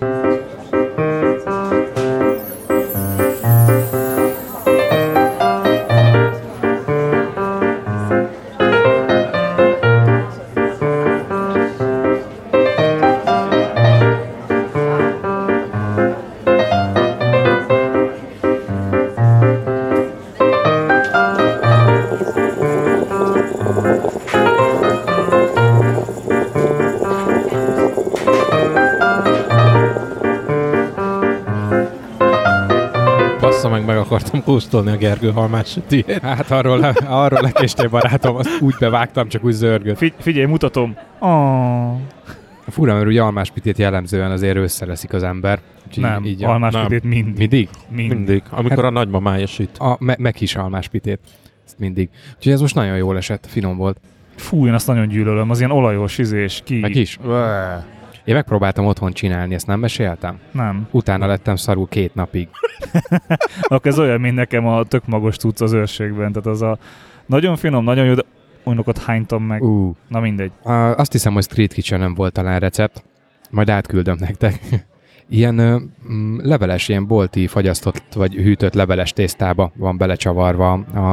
Meg akartam kóstolni a Gergő halmás sütijét. Hát arról lekéstél barátom, azt úgy bevágtam, csak úgy zörgött. Figyelj, mutatom. Fura, mert ugye almáspitét jellemzően azért összereszik az ember. Nem, almáspitét mindig. Mindig. Amikor a nagymamája süt. Meg is almáspitét. Ezt mindig. Úgyhogy ez most nagyon jól esett, finom volt. Fú, én azt nagyon gyűlölöm, az ilyen olajos ki. Meg is. Én megpróbáltam otthon csinálni, ezt nem meséltem? Nem. Utána lettem szarul 2 napig. Akkor ez olyan, mint nekem a tök magos tudsz az őrségben. Tehát az a nagyon finom, nagyon jó, de olyanokat hánytam meg. Na mindegy. Azt hiszem, hogy Street Kitchen-en volt talán recept. Majd átküldöm nektek. Ilyen leveles, ilyen bolti fagyasztott vagy hűtött leveles tésztába van belecsavarva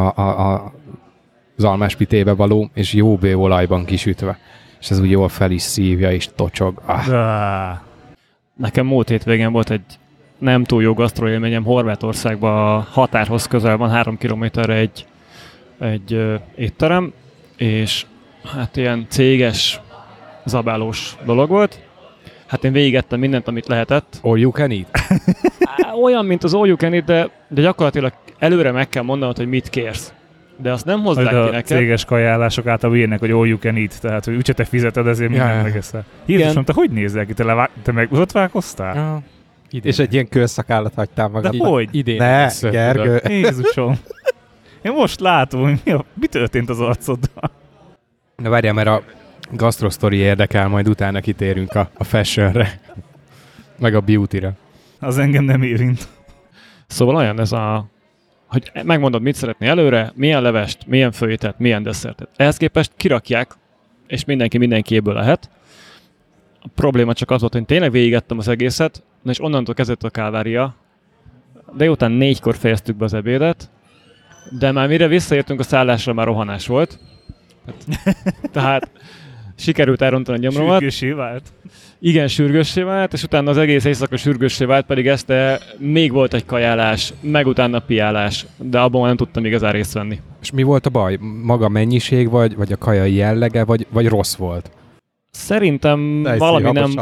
az almáspitébe való, és jó olajban kisütve. És ez úgy jól fel is szívja, és tocsog. Nekem múlt hétvégén volt egy nem túl jó gasztroélményem Horvátországban, a határhoz közel van 3 kilométerre egy étterem, és hát ilyen céges, zabálós dolog volt. Hát én végigettem mindent, amit lehetett. All you can eat? Olyan, mint az all you can eat, de gyakorlatilag előre meg kell mondanod, hogy mit kérsz. De azt nem hozzák ki neked. A céges kajálások általában írnek, hogy all you can eat, tehát hogy úgyse te fizeted, ezért mindent megeszel. Jézusom, te hogy nézel ki? Te meg ott vágoztál? Ja. És egy ilyen kőszakállat hagytál magad. De hogy? Idén. Ne, Gergő. Jézusom. Én most látom, hogy mi történt az arcoddal. Na várjál, mert a gasztrosztori érdekel, majd utána kitérünk a fashionre. Meg a beautyre. Az engem nem érint. Szóval olyan ez hogy megmondod, mit szeretnél előre, milyen levest, milyen főételt, milyen desszertet. Ehhez képest kirakják, és mindenkiből lehet. A probléma csak az volt, hogy tényleg végigettem az egészet, és onnantól kezdett a kávária, de után 4-kor fejeztük be az ebédet, de már mire visszaértünk a szállásra, már rohanás volt. Tehát sikerült elrontani a gyomromat. Sürgőssé vált. Igen, sürgőssé vált, és utána az egész éjszaka sürgőssé vált, pedig még volt egy kajálás, meg utána piálás, de abban nem tudtam igazán részt venni. És mi volt a baj? Maga mennyiség, vagy a kajai jellege, vagy rossz volt? Szerintem valami nem...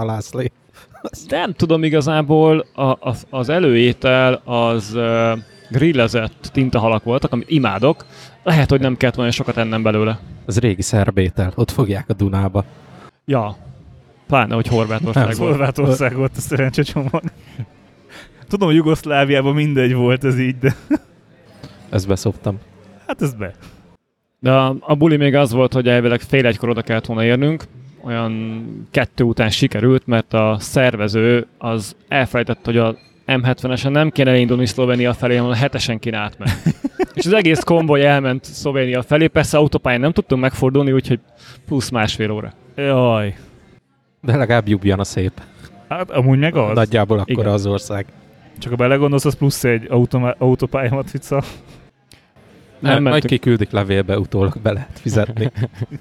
Nem tudom igazából, az előétel az grillezett tintahalak voltak, amit imádok. Lehet, hogy nem kellett volna sokat ennem belőle. Ez régi szerb étel, ott fogják a Dunába. Ja, pláne, hogy Horvátország volt. Horvátország volt a szerencsecsomag. Tudom, hogy Jugoszláviában mindegy volt ez így, de... Ezt beszoptam. Hát ez be. De a buli még az volt, hogy elvileg 12:30 oda kellett volna érnünk. Olyan 2 után sikerült, mert a szervező az elfelejtett, hogy a M70-esen nem kéne elindulni Szlovénia felé, hanem a 7-esen kéne átmenni. És az egész konvoj elment Szlovénia felé, persze autópályán nem tudtunk megfordulni, úgyhogy plusz 1,5 óra. Jaj. De legalább Ljubljana szép. Hát amúgy meg az. Nagyjából akkora az ország. Csak ha belegondolsz, az plusz egy autópálya matrica. Majd kiküldik levélbe, utólag be lehet fizetni.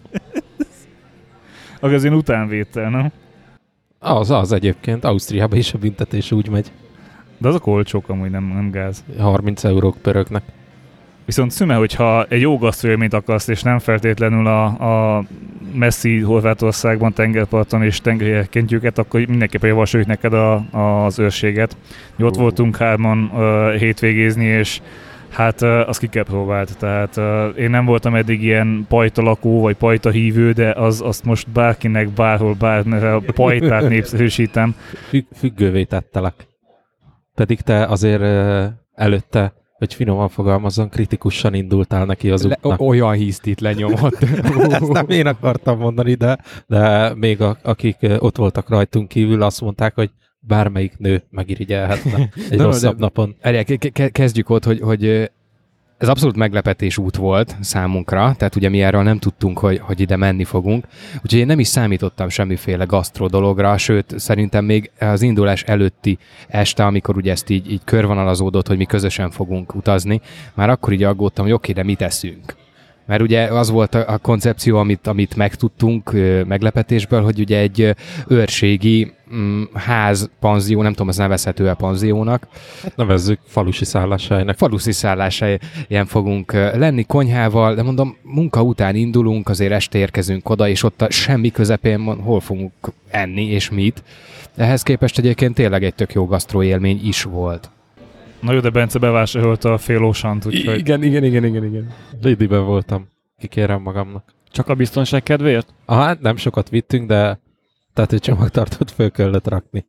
Az én utánvétel, nem? Az egyébként. Ausztriában is a büntetés úgy megy. De azok olcsók amúgy, nem gáz. 30 eurók pörögnek. Viszont szüme, hogyha egy jó gasztroélményt akarsz, és nem feltétlenül a messzi Horvátországban tengerparton és tengeri kentjüket, akkor mindenképpen javasoljuk neked az őrséget. Ott voltunk 3-an hétvégézni, és hát azt ki kell próbált. Tehát én nem voltam eddig ilyen pajtalakó vagy pajta hívő, de azt most bárkinek bárhol a pajtát népszerűsítem. Függővé tettelek. Pedig te azért előtte, hogy finoman fogalmazzon, kritikusan indultál neki az útnak. Olyan hisztit lenyomott. Ezt nem én akartam mondani, de még akik ott voltak rajtunk kívül, azt mondták, hogy bármelyik nő megirigyelhetne egy rosszabb napon. Kezdjük ott, hogy Ez abszolút meglepetés út volt számunkra, tehát ugye mi erről nem tudtunk, hogy ide menni fogunk. Úgyhogy én nem is számítottam semmiféle gasztró dologra, sőt, szerintem még az indulás előtti este, amikor ugye ezt így körvonalazódott, hogy mi közösen fogunk utazni, már akkor így aggódtam, hogy oké, de mit eszünk? Mert ugye az volt a koncepció, amit megtudtunk meglepetésből, hogy ugye egy őrségi ház, panzió, nem tudom, az nevezhető-e panziónak. Hát nevezzük falusi szálláshelynek. Falusi szálláshelyén fogunk lenni konyhával, de mondom, munka után indulunk, azért este érkezünk oda, és ott a semmi közepén hol fogunk enni, és mit. Ehhez képest egyébként tényleg egy tök jó gasztró élmény is volt. Na jó, de Bence bevásárolta a fél ósant, úgyhogy... Igen. Lidl-ben voltam. Kikérem magamnak. Csak a biztonság kedvéért? Hát nem sokat vittünk, de tehát egy csomagtartót föl kellett rakni.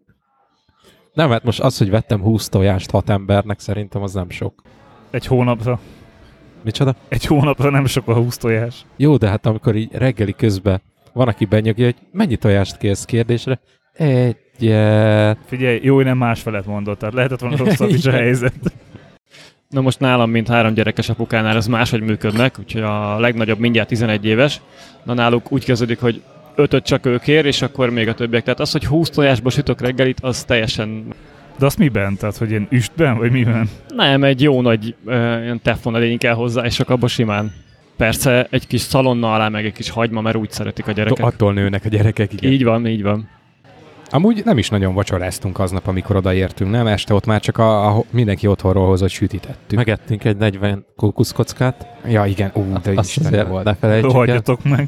Nem, hát most az, hogy vettem 20 tojást 6 embernek, szerintem az nem sok. Egy hónapra. Micsoda? Egy hónapra nem sok a 20 tojás. Jó, de hát amikor így reggeli közben van, aki benyögje, hogy mennyi tojást kérsz kérdésre, egyet. Figyelj, jó, hogy nem másfelet mondott, tehát lehetett volna rosszabb is a helyzet. Na most nálam, mint 3 gyerekes apukánál ez máshogy működnek, úgyhogy a legnagyobb mindjárt 11 éves. Na náluk úgy kezdődik, hogy 5-öt csak ő kér, és akkor még a többiek. Tehát az, hogy 20 tojásba sütök reggelit, az teljesen... De azt miben? Tehát, hogy ilyen üstben, vagy miben? Nem, egy jó nagy ilyen teflonedény kell hozzá, és csak abban simán. Persze egy kis szalonna alá, meg egy kis hagyma, mert úgy szeretik a gyerekek. Attól nőnek a gyerekek, igen. Így van. Amúgy nem is nagyon vacsoráztunk aznap, amikor odaértünk, nem? Este ott már csak mindenki otthonról hozott sütit ettük. Megettünk egy 40 kókuszkockát. Ja, igen, de azt Isten volt. Ne felejtsük el. Hagyjatok meg.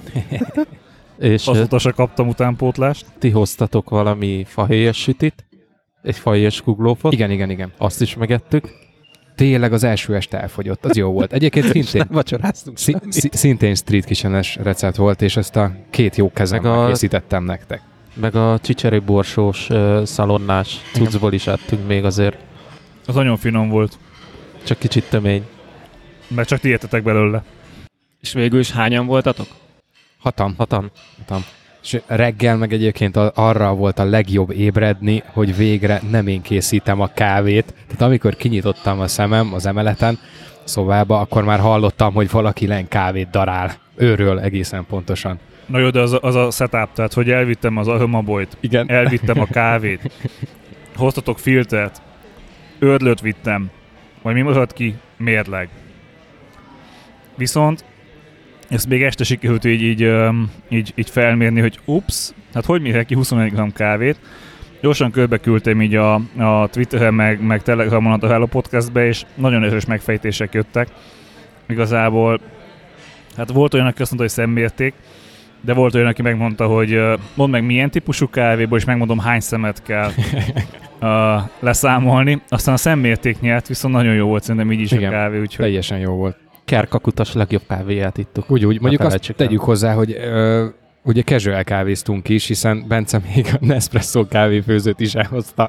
És azóta se kaptam utánpótlást. Ti hoztatok valami fahéjas sütit, egy fahéjas kuglófot. Igen. Azt is megettük. Tényleg az első este elfogyott, az jó volt. Egyébként szintén, vacsoráztunk szintén street kitchen-es recept volt, és ezt a 2 jó kezemmel készítettem nektek. Meg a csicseri borsós szalonnás cuccból is ettünk még azért. Az nagyon finom volt. Csak kicsit tömény. Mert csak ti értetek belőle. És végül is hányan voltatok? 6-an. És reggel meg egyébként arra volt a legjobb ébredni, hogy végre nem én készítem a kávét. Tehát amikor kinyitottam a szemem az emeleten, szobába, akkor már hallottam, hogy valaki len kávét darál. Őről egészen pontosan. Na jó, de az a setup, tehát hogy elvittem az aromabolyt, igen. Elvittem a kávét, hoztatok filtert, ördlőt vittem, majd mi maradt ki? Mérleg. Viszont ezt még este sikerült így felmérni, hogy ups, hát hogy mérek ki 21 g kávét. Gyorsan körbe küldtem így a Twitteren, meg Telegramon a Hello Podcastbe, és nagyon erős megfejtések jöttek. Igazából, hát volt olyan, aki azt mondta, hogy szemmérték, de volt olyan, aki megmondta, hogy mondd meg milyen típusú kávéból, és megmondom, hány szemet kell leszámolni. Aztán a szemmérték nyert, viszont nagyon jó volt szerintem így is. Igen, a kávé. Úgyhogy... teljesen jó volt. Kerkakutas legjobb kávéját ittuk. Úgy, mondjuk azt tegyük hozzá, hogy ugye casual kávéztunk is, hiszen Bence még a Nespresso kávéfőzőt is elhozta.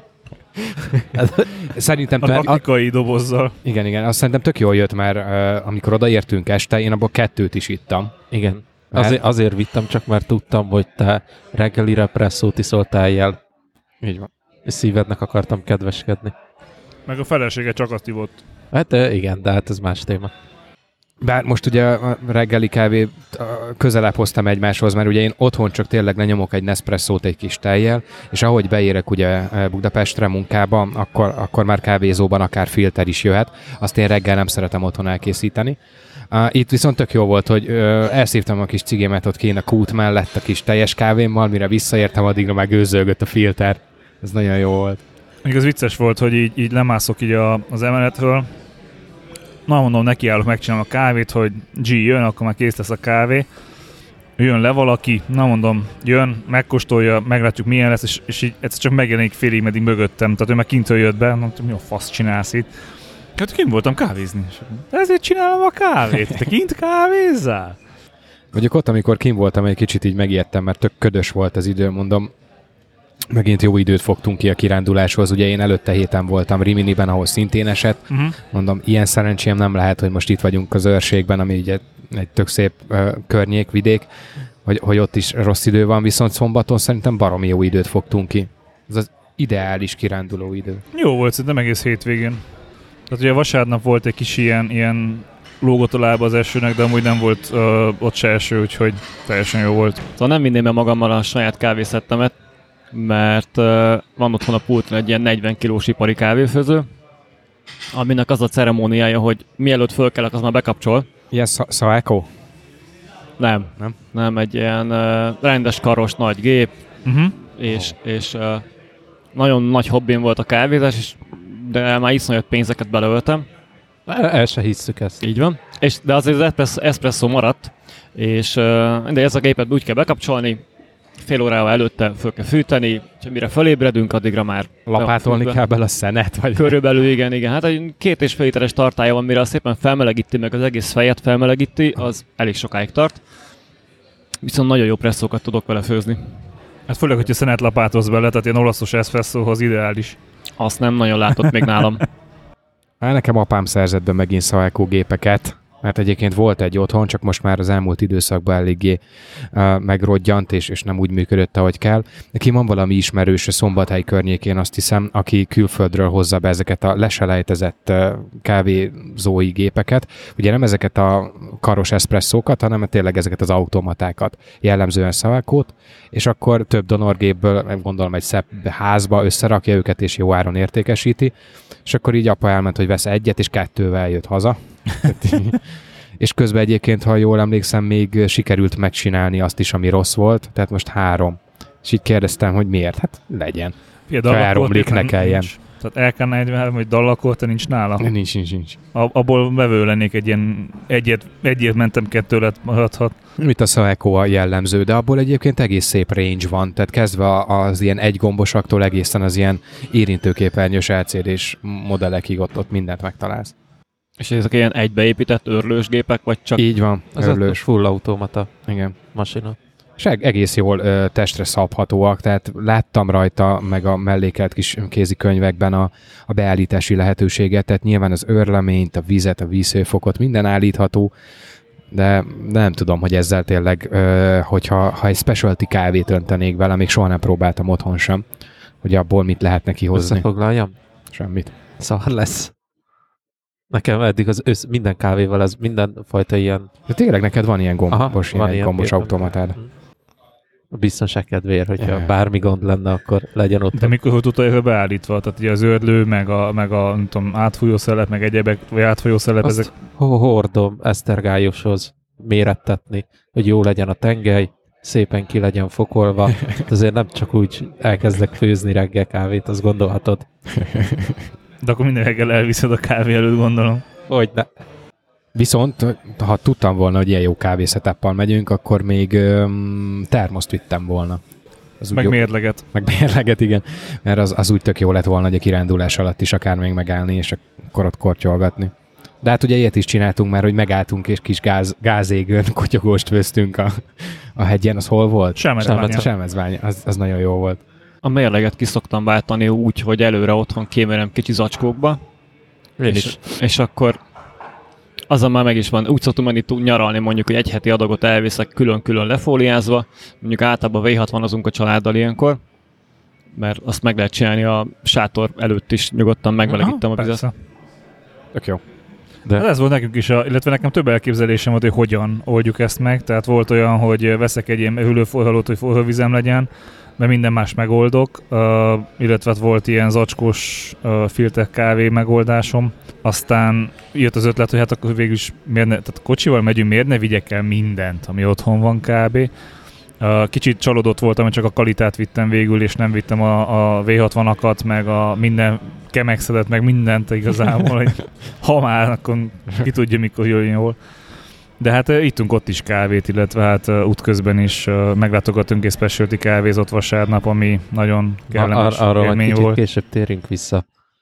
Szerintem a taktikai dobozzal. Igen, azt szerintem tök jól jött, mert amikor odaértünk este, én abból 2 is ittam. Igen. Azért vittem csak, mert tudtam, hogy te reggelire presszót iszoltál jel. Így van. És szívednek akartam kedveskedni. Meg a felesége csak azt ivott. Hát igen, de hát ez más téma. Bár most ugye a reggeli kávét közelebb hoztam egymáshoz, mert ugye én otthon csak tényleg lenyomok egy Nespresszót egy kis tejjel, és ahogy beérek ugye Budapestre munkába, akkor már kávézóban akár filter is jöhet. Azt én reggel nem szeretem otthon elkészíteni. Itt viszont tök jó volt, hogy elszívtam a kis cigémet ott kén a kút mellett a kis teljes kávémmal, mire visszaértem, addigra már gőzölgött a filter. Ez nagyon jó volt. Még az vicces volt, hogy így lemászok így az emeletről. Na mondom, nekiállok, megcsinálom a kávét, hogy G jön, akkor már kész lesz a kávé. Jön le valaki, na mondom, jön, megkóstolja, meglátjuk milyen lesz, és így egyszer csak megjelenik félig meddig mögöttem. Tehát ő már kintől jött be, mondtam, mi a fasz csinálsz itt? Hát kint voltam kávézni. Ezért csinálom a kávét. Te kint kávézzál? Mondjuk ott, amikor kint voltam, egy kicsit így megijedtem, mert tök ködös volt az idő, mondom. Megint jó időt fogtunk ki a kiránduláshoz. Ugye én előtte héten voltam Riminiben, ahol szintén esett. Mondom, ilyen szerencsém nem lehet, hogy most itt vagyunk az őrségben, ami ugye egy tök szép környék, vidék, hogy ott is rossz idő van, viszont szombaton szerintem baromi jó időt fogtunk ki. Ez az ideális kiránduló idő. Jó volt, szerintem egész hétvégén. Tehát ugye vasárnap volt egy kis ilyen lógott a lába az esőnek, de amúgy nem volt ott se eső, úgyhogy teljesen jó volt. Szóval nem vinném be magammal a saját kávészettemet, mert van otthon a pulton egy ilyen 40 kilós ipari kávéfőző, aminek az a ceremóniája, hogy mielőtt fölkelek, az már bekapcsol. Ilyen Saeco? Nem, egy ilyen rendes karos nagy gép, és nagyon nagy hobbim volt a kávézás, de már iszonyat pénzeket beleöltem. El se hisszük ezt. Így van. De azért az espresszó maradt, de ez a gépet úgy kell bekapcsolni, fél órával előtte föl kell fűteni, és mire fölébredünk, addigra már... Lapátolni kell bele a szenet? Vagy... Körülbelül igen. Hát egy 2,5 literes tartálya van, mire szépen felmelegíti, meg az egész fejet felmelegíti, az elég sokáig tart. Viszont nagyon jó presszókat tudok vele főzni. Hát főleg, hogyha szenet lapátolsz bele, tehát ilyen olaszos eszpresszóhoz ideális. Azt nem nagyon látott még nálam. Nekem apám szerzett be megint Saeco gépeket, mert egyébként volt egy otthon, csak most már az elmúlt időszakban eléggé megrodjant, és nem úgy működött, ahogy kell. Neki van valami ismerős a Szombathely környékén, azt hiszem, aki külföldről hozza be ezeket a leselejtezett kávézói gépeket. Ugye nem ezeket a karos eszpresszókat, hanem tényleg ezeket az automatákat, jellemzően Saeco-t, és akkor több donorgépből, gondolom egy szebb házba összerakja őket, és jó áron értékesíti, és akkor így apa elment, hogy vesz egyet, és 2-vel jött haza. És közben egyébként, ha jól emlékszem, még sikerült megcsinálni azt is, ami rossz volt, tehát most 3. És így kérdeztem, hogy miért? Hát legyen. Ha elromlik, ne kelljen. Tehát LK43, vagy Dallakorta nincs nála? Nincs. Abból vevő lennék egy ilyen egyet mentem, 2 lett maradhat. Mit a Saeco a jellemző, de abból egyébként egész szép range van, tehát kezdve az ilyen egygombosaktól egészen az ilyen érintőképernyős LCD-s modellekig ott mindent megtalálsz. És ezek ilyen egybeépített örlős gépek, vagy csak... Így van, örlős. Full automata igen. Masina. És egész jól testre szabhatóak, tehát láttam rajta, meg a mellékelt kis kézikönyvekben a beállítási lehetőséget, tehát nyilván az őrleményt, a vizet, a vízhőfokot, minden állítható, de nem tudom, hogy ezzel tényleg, hogyha egy specialty kávét öntenék vele, még soha nem próbáltam otthon sem, hogy abból mit lehet neki hozni. Összefoglaljam? Semmit. Szar lesz. Nekem eddig minden kávéval ez mindenfajta ilyen... De tényleg neked van ilyen gombos, ilyen gombos automatád. A biztonság kedvéért, hogyha bármi gond lenne, akkor legyen ott. De mikor tudta ez beállítva? Tehát ugye az ördlő, meg a nem tudom, átfolyószelep, meg egyebek, vagy átfolyószelep, ezek... Hordom esztergályoshoz mérettetni, hogy jó legyen a tengely, szépen ki legyen fokolva. Azért nem csak úgy elkezdek főzni reggel kávét, azt gondolhatod. De akkor minden reggel elviszed a kávé előtt, gondolom. Hogyne. Viszont, ha tudtam volna, hogy ilyen jó kávészeteppal megyünk, akkor még termoszt vittem volna. Meg mérleget. Meg mérleget, igen. Mert az úgy tök jó lett volna, hogy a kirándulás alatt is akár még megállni, és akkor ott kortyolgatni. De hát ugye ilyet is csináltunk már, hogy megálltunk, és kis gázégőn kotyogóst vöztünk a hegyen. Az hol volt? Selmecbánya. Az nagyon jó volt. A mérleget ki szoktam váltani úgy, hogy előre otthon kémérem kicsi zacskókba, és akkor azon már meg is van. Úgy szoktunk menni nyaralni, mondjuk, hogy egy heti adagot elviszek külön-külön lefóliázva, mondjuk általában V60-azunk a családdal ilyenkor, mert azt meg lehet csinálni a sátor előtt is, nyugodtan megmelegítem a vizet. Tök jó. De ez volt nekünk is, illetve nekem több elképzelésem volt, hogy hogyan oldjuk ezt meg. Tehát volt olyan, hogy veszek egy ilyen hűlőforralót, hogy forróvizem legyen, mert minden más megoldok, illetve volt ilyen zacskós filter kávé megoldásom. Aztán jött az ötlet, hogy hát akkor végülis tehát kocsival megyünk, miért ne vigyek el mindent, ami otthon van kb. Kicsit csalódott voltam, hogy csak a Kalitát vittem végül, és nem vittem a V60-akat, meg a minden kemexedet, meg mindent igazából, hogy ha már, akkor ki tudja, mikor jöjjön jól. De hát ittunk ott is kávét, illetve hát útközben is meglátogatunk egy specialty kávézott vasárnap, ami nagyon kellemes élmény volt. Később térünk vissza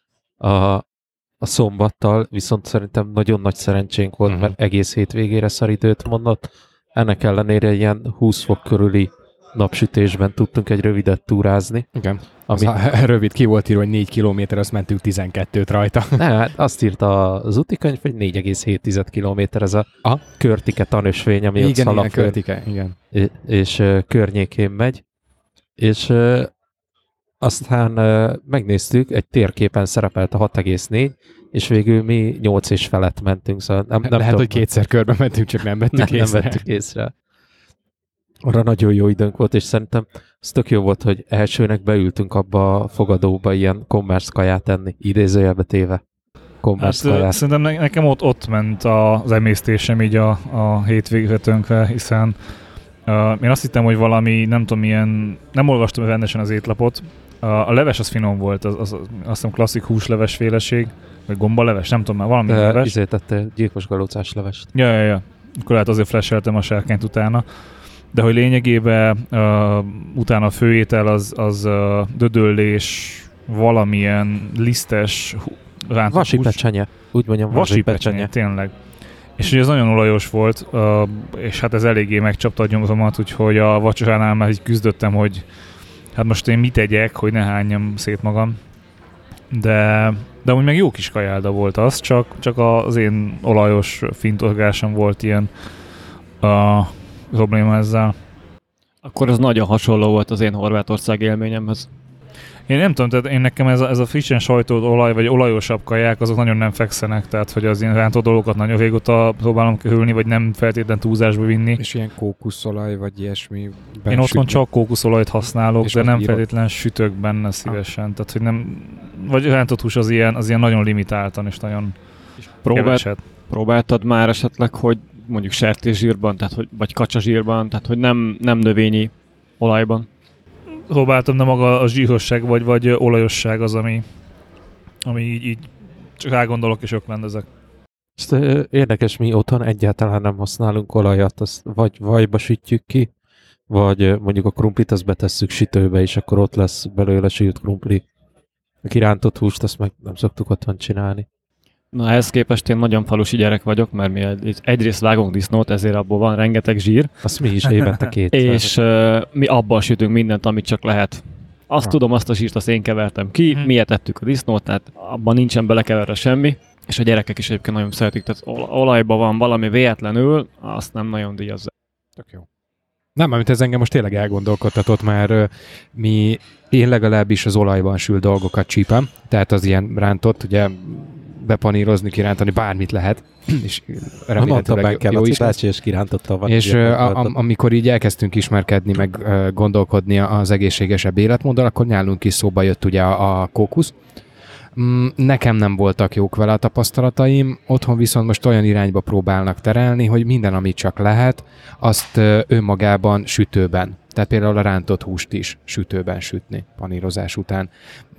a szombattal, viszont szerintem nagyon nagy szerencsénk volt, mert egész hétvégére szarítőt mondott. Ennek ellenére ilyen 20 fok körüli napsütésben tudtunk egy rövidet túrázni. Igen. Rövid, ki volt írva, hogy 4 kilométer, azt mentünk 12-t rajta. Ne, hát azt írta az útikönyv, hogy 4,7 kilométer ez a Körtike tanösvény, ami ott szalap. Körtike, igen. És környékén megy. És aztán megnéztük, egy térképen szerepelt a 6,4, és végül mi 8 és felett mentünk, szóval nem lehet, tudom, hogy kétszer körbe mentünk, csak nem vettük észre. Nem vettük észre. Arra nagyon jó időnk volt, és szerintem ez tök jó volt, hogy elsőnek beültünk abba a fogadóba ilyen commerce kaját enni, idézőjelbe téve. Commerce kaját. Szerintem nekem ott ment az emésztésem így a hétvégzetőnkre, hiszen én azt hittem, hogy valami, nem tudom, milyen, nem olvastam rendesen az étlapot. A leves az finom volt, azt hiszem klasszik húsleves féleség, vagy gombaleves, nem tudom már, valami leves. Izé tettél gyilkos galócás levest. Ja. Akkor lehet azért flasheltem a sárkányt utána. De hogy lényegében utána a főétel az dödöllés, valamilyen lisztes rántott Vasi pecsenye. Úgy mondjam, vasi pecsenye, tényleg. És ugye ez nagyon olajos volt, és hát ez eléggé megcsapta a gyomromat, úgyhogy a vacsoránál már így küzdöttem, hogy hát most én mit tegyek, hogy ne hányjam szét magam. De úgy meg jó kis kajálda volt az, csak az én olajos fintorgásom volt ilyen probléma ezzel. Akkor ez nagyon hasonló volt az én Horvátország élményemhez. Én nem tudom, tehát én nekem ez a frissen sajtolt olaj, vagy olajosabb kaják, azok nagyon nem fekszenek, tehát hogy az ilyen rántott dolgokat nagyon régóta próbálom kerülni, vagy nem feltétlen túlzásba vinni. És ilyen kókuszolaj, vagy ilyesmi. Én otthon csak kókuszolajt használok, de nem feltétlen sütök benne szívesen, tehát hogy nem, vagy rántott hús az ilyen nagyon limitáltan, és nagyon keveset. Próbáltad már esetleg, hogy mondjuk sertészsírban, tehát hogy, vagy kacsazsírban, tehát hogy nem növényi olajban? Próbáltam, de maga a zsírosság vagy olajosság az, ami így csak rágondolok és öklendezek. Érdekes, mi otthon egyáltalán nem használunk olajat, azt vagy vajba sütjük ki, vagy mondjuk a krumplit azt betesszük sütőbe, és akkor ott lesz belőle sült krumpli. A kirántott húst azt meg nem szoktuk otthon csinálni. Na, ehhez képest én nagyon falusi gyerek vagyok, mert mi egyrészt vágunk disznót, ezért abból van rengeteg zsír. Azt mi is évente kétszer. És mi abban sütünk mindent, amit csak lehet. Azt tudom, azt a zsírt azt én kevertem ki, mi etettük a disznót, tehát abban nincsen belekeverve semmi. És a gyerekek is egyébként nagyon szeretik, tehát olajban van valami véletlenül, azt nem nagyon díjazzák. Tök jó. Nem, amit ez engem most tényleg elgondolkodtatott, mert én legalábbis az olajban sült dolgokat csípem, tehát az ilyen rántott, ugye bepanírozni, kirántani, bármit lehet. És remélhetőleg jó is lesz. És kirántotta van. És amikor így elkezdtünk ismerkedni, meg gondolkodni az egészségesebb életmóddal, akkor nálunk is szóba jött ugye a kókusz. Nekem nem voltak jók vele a tapasztalataim, otthon viszont most olyan irányba próbálnak terelni, hogy minden, amit csak lehet, azt önmagában sütőben. Tehát például a rántott húst is sütőben sütni, panírozás után.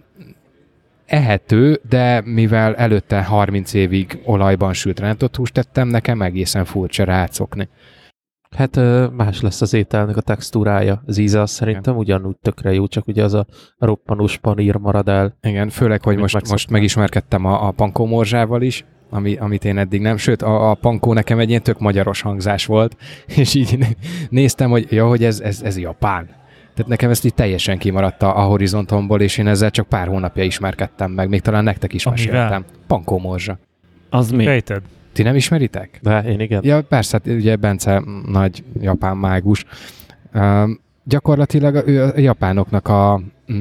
Ehető, de mivel előtte 30 évig olajban sült rántott húst tettem, nekem egészen furcsa rácokni. Hát más lesz az ételnek a textúrája. Az íze az szerintem ugyanúgy tökre jó, csak ugye az a roppanós panír marad el. Igen, főleg, hogy most megismerkedtem a pankómorzsával is, amit én eddig nem. Sőt, a pankó nekem egy ilyen tök magyaros hangzás volt, és így néztem, hogy ez japán. Tehát nekem ezt így teljesen kimaradt a horizontomból, és én ezzel csak pár hónapja ismerkedtem meg, még talán nektek is meséltem. Pankómorzsa. Az mi? Fejted? Ti nem ismeritek? De én igen. Ja, persze, hát ugye Bence nagy japán mágus. Gyakorlatilag a japánoknak a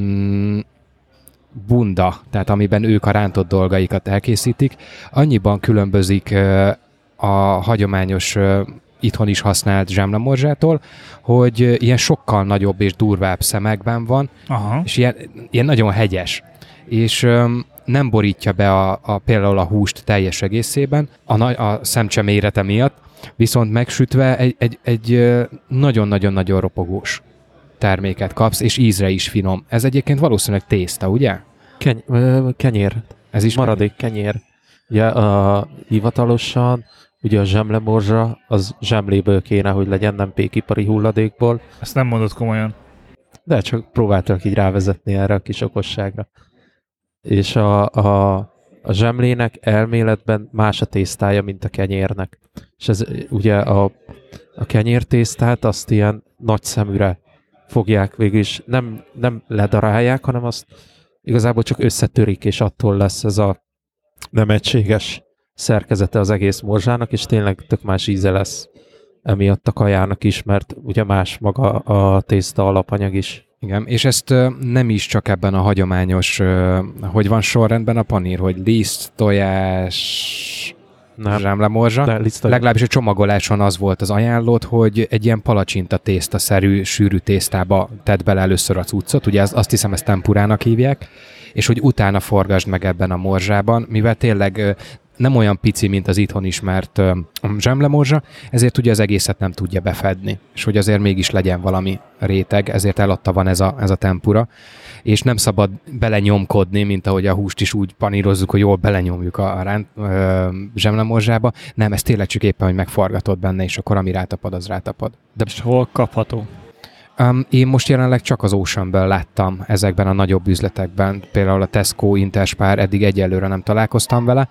bunda, tehát amiben ők a rántott dolgaikat elkészítik, annyiban különbözik a hagyományos itthon is használt zsámlamorzsától, hogy ilyen sokkal nagyobb és durvább szemekben van, és ilyen nagyon hegyes. És nem borítja be például a húst teljes egészében, a szemcse mérete miatt, viszont megsütve egy nagyon-nagyon-nagyon ropogós terméket kapsz, és ízre is finom. Ez egyébként valószínűleg tészta, ugye? Kenyér. Ez is maradék kenyér. Ugye hivatalosan ugye a zsemlemorzsa az zsemléből kéne, hogy legyen, nem pékipari hulladékból. Ezt nem mondod komolyan. De csak próbáltak így rávezetni erre a kis okosságra. És a zsemlének elméletben más a tésztája, mint a kenyérnek. És ez ugye a kenyértésztát azt ilyen nagy szeműre fogják végül is, nem ledarálják, hanem azt igazából csak összetörik, és attól lesz ez a nem egységes szerkezete az egész morzsának, és tényleg tök más íze lesz emiatt a kajának is, mert ugye más maga a tészta alapanyag is. Igen, és ezt nem is csak ebben a hagyományos, hogy van sorrendben a panír, hogy liszt, tojás, zsámlemorzsa. Legalábbis a csomagoláson az volt az ajánlót, hogy egy ilyen palacsinta tésztaszerű, sűrű tésztába tedd bele először a cuccot, ugye azt hiszem ezt tempurának hívják, és hogy utána forgasd meg ebben a morzsában, mivel tényleg nem olyan pici, mint az itthon ismert zsemlemorzsa, ezért ugye az egészet nem tudja befedni, és hogy azért mégis legyen valami réteg, ezért eladta van ez a tempura, és nem szabad belenyomkodni, mint ahogy a húst is úgy panírozzuk, hogy jól belenyomjuk a zsemlemorzsába. Nem, ez tényleg csak éppen, hogy megforgatod benne, és akkor ami rátapad, az rátapad. De és hol kapható? Én most jelenleg csak az Oceanből láttam ezekben a nagyobb üzletekben, például a Tesco, Interspar, eddig egyelőre nem találkoztam vele,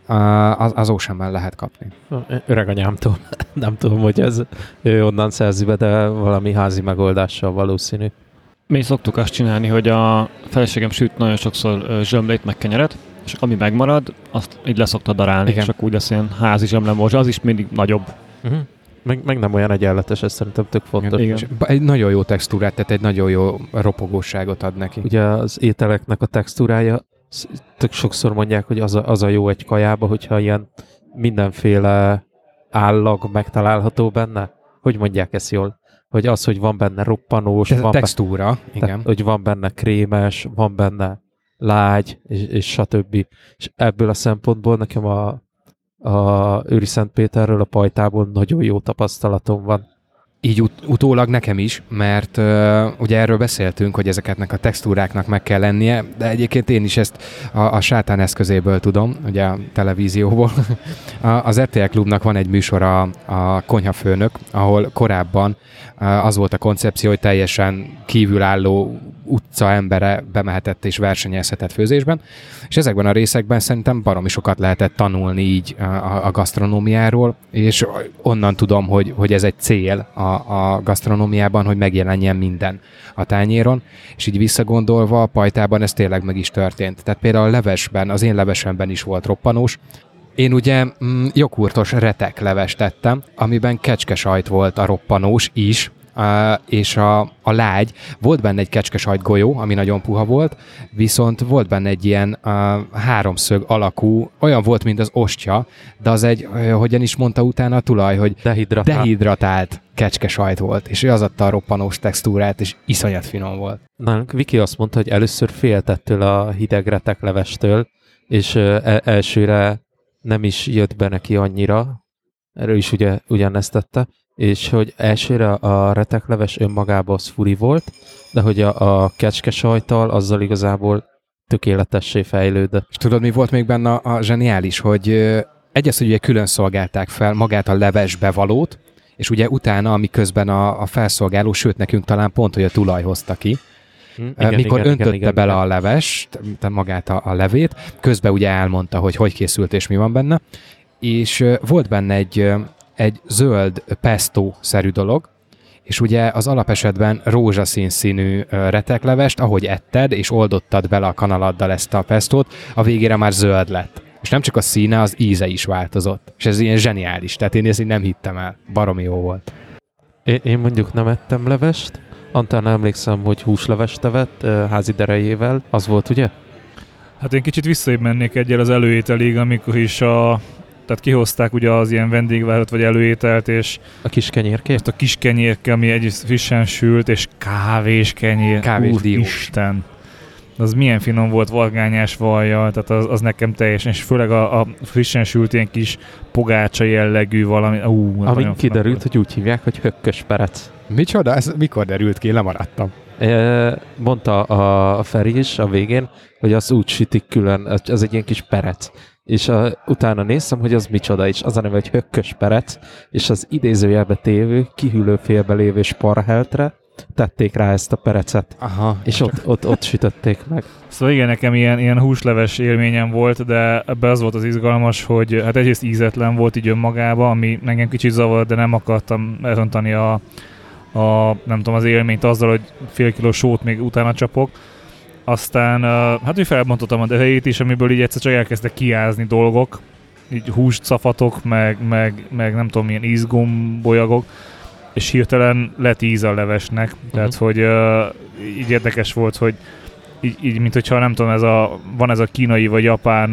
az Oceanben lehet kapni. Öreganyámtól. Nem tudom, hogy ez ő onnan szerzi be, de valami házi megoldással valószínű. Mi szoktuk azt csinálni, hogy a feleségem süt nagyon sokszor zsömlét meg kenyeret, és ami megmarad, azt így leszokta darálni, igen. És akkor úgy lesz ilyen házi zsemlemorzsa, az is mindig nagyobb. Uh-huh. Meg nem olyan egyenletes, ez szerintem tök fontos. Igen. Egy nagyon jó textúrát, tehát egy nagyon jó ropogóságot ad neki. Ugye az ételeknek a textúrája, tök sokszor mondják, hogy az a jó egy kajába, hogyha ilyen mindenféle állag megtalálható benne. Hogy mondják ezt jól? Hogy az, hogy van benne roppanós, van textúra, igen. Hogy van benne krémes, van benne lágy, és stb. És ebből a szempontból nekem a Őriszentpéterről, a pajtából nagyon jó tapasztalatom van. Így utólag nekem is, mert ugye erről beszéltünk, hogy ezeknek a textúráknak meg kell lennie, de egyébként én is ezt a sátán eszközéből tudom, ugye a televízióból. Az RTL Klubnak van egy műsora, a Konyhafőnök, ahol korábban az volt a koncepció, hogy teljesen kívülálló utca embere bemehetett és versenyezhetett főzésben, és ezekben a részekben szerintem baromi sokat lehetett tanulni így a gasztronómiáról, és onnan tudom, hogy ez egy cél a gasztronómiában, hogy megjelenjen minden a tányéron, és így visszagondolva a pajtában ez tényleg meg is történt. Tehát például a levesben, az én levesemben is volt roppanós. Én ugye joghurtos retek levest tettem, amiben kecskesajt volt a roppanós is, és a lágy, volt benne egy kecskesajt golyó, ami nagyon puha volt, viszont volt benne egy ilyen háromszög alakú, olyan volt, mint az ostya, de az egy, hogyan is mondta utána a tulaj, hogy dehidratált kecskesajt volt, és ő az adta a roppanós textúrát, és iszonyat finom volt. Nálunk Viki azt mondta, hogy először féltettől a hideg reteklevestől, és elsőre nem is jött be neki annyira, erről is ugye ugyanezt tette, és hogy elsőre a retekleves önmagában az furi volt, de hogy a kecskesajttal azzal igazából tökéletessé fejlődött. És tudod, mi volt még benne a zseniális, hogy egyrészt, hogy ugye külön szolgálták fel magát a levesbevalót, és ugye utána, amiközben a felszolgáló, sőt nekünk talán pont, hogy a tulaj hozta ki, mikor öntötte bele a levest, tehát magát a levét, közben ugye elmondta, hogy készült és mi van benne, és volt benne egy zöld pesto-szerű dolog, és ugye az alapesetben rózsaszín színű reteklevest, ahogy etted, és oldottad bele a kanaladdal ezt a pestót, a végére már zöld lett. És nem csak a színe, az íze is változott. És ez ilyen zseniális, tehát én ezt így nem hittem el. Baromi jó volt. Én mondjuk nem ettem levest, Antán emlékszem, hogy húslevest evett házi derejével. Az volt, ugye? Hát én kicsit visszaébb mennék egyel az előételig, amikor is tehát kihozták ugye az ilyen vendégvárat vagy előételt, és a kis kenyérke? A kis kenyérke, ami egy frissen sült, és kávés kenyér. Kávés diós. Isten! Az milyen finom volt, vargányás vajjal, tehát az nekem teljesen, és főleg a frissen sült ilyen kis pogácsa jellegű valami. Amin kiderült, hogy úgy hívják, hogy hökkös perec. Micsoda? Ez mikor derült ki? Lemaradtam. Mondta a Feri is a végén, hogy az úgy sütik külön, az egy ilyen kis perec. És utána néztem, hogy az micsoda is. Az a neve, hogy hökkös perec, és az idézőjelbe tévő, kihűlő félbe lévő sparheltre tették rá ezt a perecet. Aha. És ott sütötték meg. Szóval igen, nekem ilyen húsleves élményem volt, de ebben az volt az izgalmas, hogy hát egyrészt ízetlen volt így önmagában, ami engem kicsit zavart, de nem akartam elrontani nem tudom, az élményt azzal, hogy fél kiló sót még utána csapok. Aztán hát úgy felbontottam a derejét is, amiből így egyszer csak elkezdtek kiázni dolgok, így húscafatok, meg nem tudom, milyen izgombolyagok, és hirtelen lett íze a levesnek. Tehát, hogy így érdekes volt, hogy így mint hogyha nem tudom, van ez a kínai vagy japán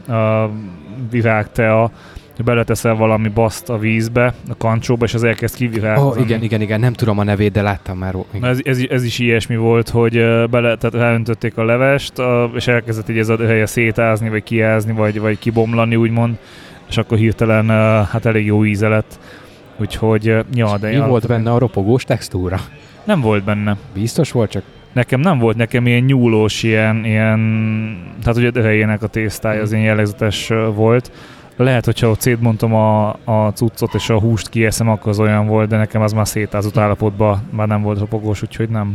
virágtea, beleteszel valami baszt a vízbe, a kancsóba, és az elkezd kivirágozni. Igen, nem tudom a nevét, de láttam már. Ez is ilyesmi volt, hogy tehát elöntötték a levest, és elkezdett így ez a helye szétázni, vagy kiázni, vagy kibomlani, úgymond, és akkor hirtelen hát elég jó íze lett. Úgyhogy, ja, de... Mi volt benne a ropogós textúra? Nem volt benne. Biztos volt, csak... Nekem nem volt, nekem ilyen nyúlós, ilyen tehát ugye a helyének a tésztája az ilyen jellegzetes volt. Lehet, hogyha ott szétbontom a cuccot és a húst kieszem, akkor az olyan volt, de nekem az már szétázott állapotban már nem volt ropogós, úgyhogy nem.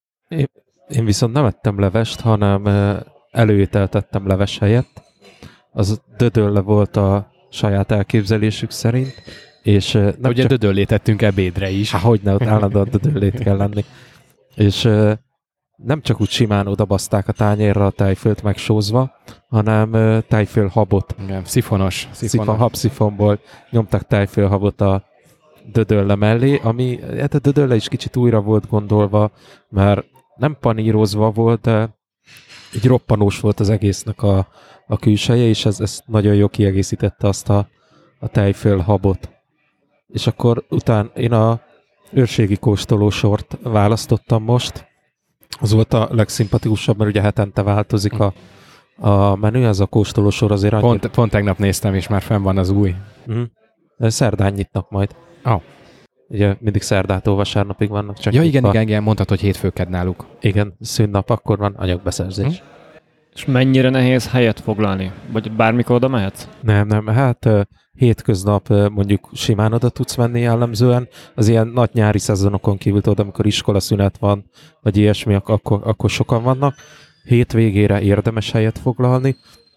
Én viszont nem ettem levest, hanem előételt ettem leves helyett. Az dödölle volt a saját elképzelésük szerint. És nem ugye dödöllét ettünk ebédre is. Hogyne, ott állandóan dödöllét kell lenni. És nem csak úgy simán odabaszták a tányérra a tejfölt megsózva, hanem tejfölhabot. Igen, szifonos. Habszifonból nyomtak tejfölhabot a dödölle mellé, ami hát a dödölle is kicsit újra volt gondolva, mert nem panírozva volt, de így roppanós volt az egésznek a külseje, és ez nagyon jó kiegészítette azt a tejfölhabot. És akkor utána én a őrségi kóstolósort választottam most. Az volt a legszimpatikusabb, mert ugye hetente változik a menü, ez a kóstolósor azért annyit... Pont tegnap néztem, és már fenn van az új. Szerdán nyitnak majd. Ugye mindig szerdától vasárnapig vannak. Csak ja, igen, mondtad, hogy hétfőked náluk. Igen, szünnap, akkor van anyagbeszerzés. És mennyire nehéz helyet foglalni? Vagy bármikor oda mehetsz? Nem, hát hétköznap mondjuk simán oda tudsz menni jellemzően. Az ilyen nagy nyári szezonokon kívül tudod, amikor iskolaszünet van, vagy ilyesmi, akkor sokan vannak. Hétvégére érdemes helyet foglalni,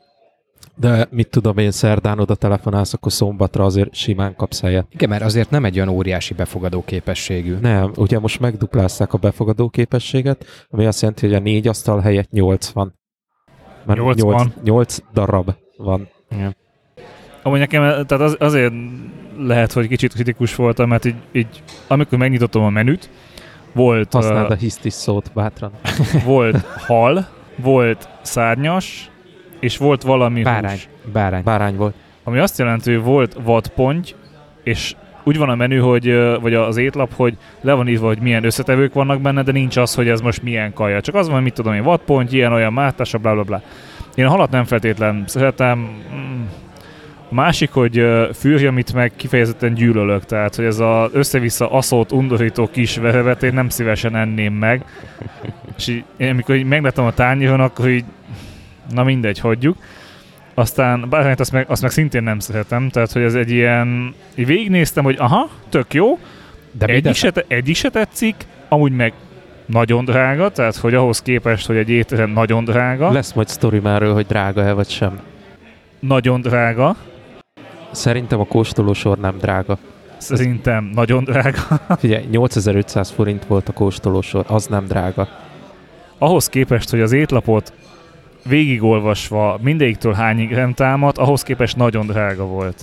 de mit tudom én, szerdán oda telefonálsz, akkor szombatra azért simán kapsz helyet. Igen, mert azért nem egy olyan óriási befogadó képességű. Nem, ugye most megduplázták a befogadó képességet, ami azt jelenti, hogy a 4 asztal helyett 8 van. 8 darab van. Igen. Amúgy nekem tehát azért lehet, hogy kicsit kritikus voltam, mert így amikor megnyitottam a menüt, volt... Használd a hisztis szót bátran. Volt hal, volt szárnyas, és volt valami hús. Bárány volt. Ami azt jelenti, hogy volt vadponty, és úgy van a menü, vagy az étlap, hogy le van írva, hogy milyen összetevők vannak benne, de nincs az, hogy ez most milyen kaja. Csak az van, mit tudom én, vadponty, ilyen, olyan, mártása, blablabla. Én a halat nem feltétlen szeretem. A másik, hogy fűrj, amit meg kifejezetten gyűlölök. Tehát, hogy ez az össze-vissza aszolt, undorító kis verevet én nem szívesen enném meg. És így, amikor így megláttam a tányéron, akkor így, na mindegy, hagyjuk. Aztán bármelyet azt meg szintén nem szeretem, tehát hogy ez egy ilyen... Így végignéztem, hogy aha, tök jó, de egyik se tetszik, amúgy meg nagyon drága, tehát hogy ahhoz képest, hogy egy étterem nagyon drága. Lesz majd sztori márról, hogy drága-e vagy sem. Nagyon drága. Szerintem a kóstolósor nem drága. Szerintem nagyon drága. Figyelj, 8500 forint volt a kóstolósor, az nem drága. Ahhoz képest, hogy az étlapot végigolvasva mindegyiktől hányig nem támad, ahhoz képest nagyon drága volt.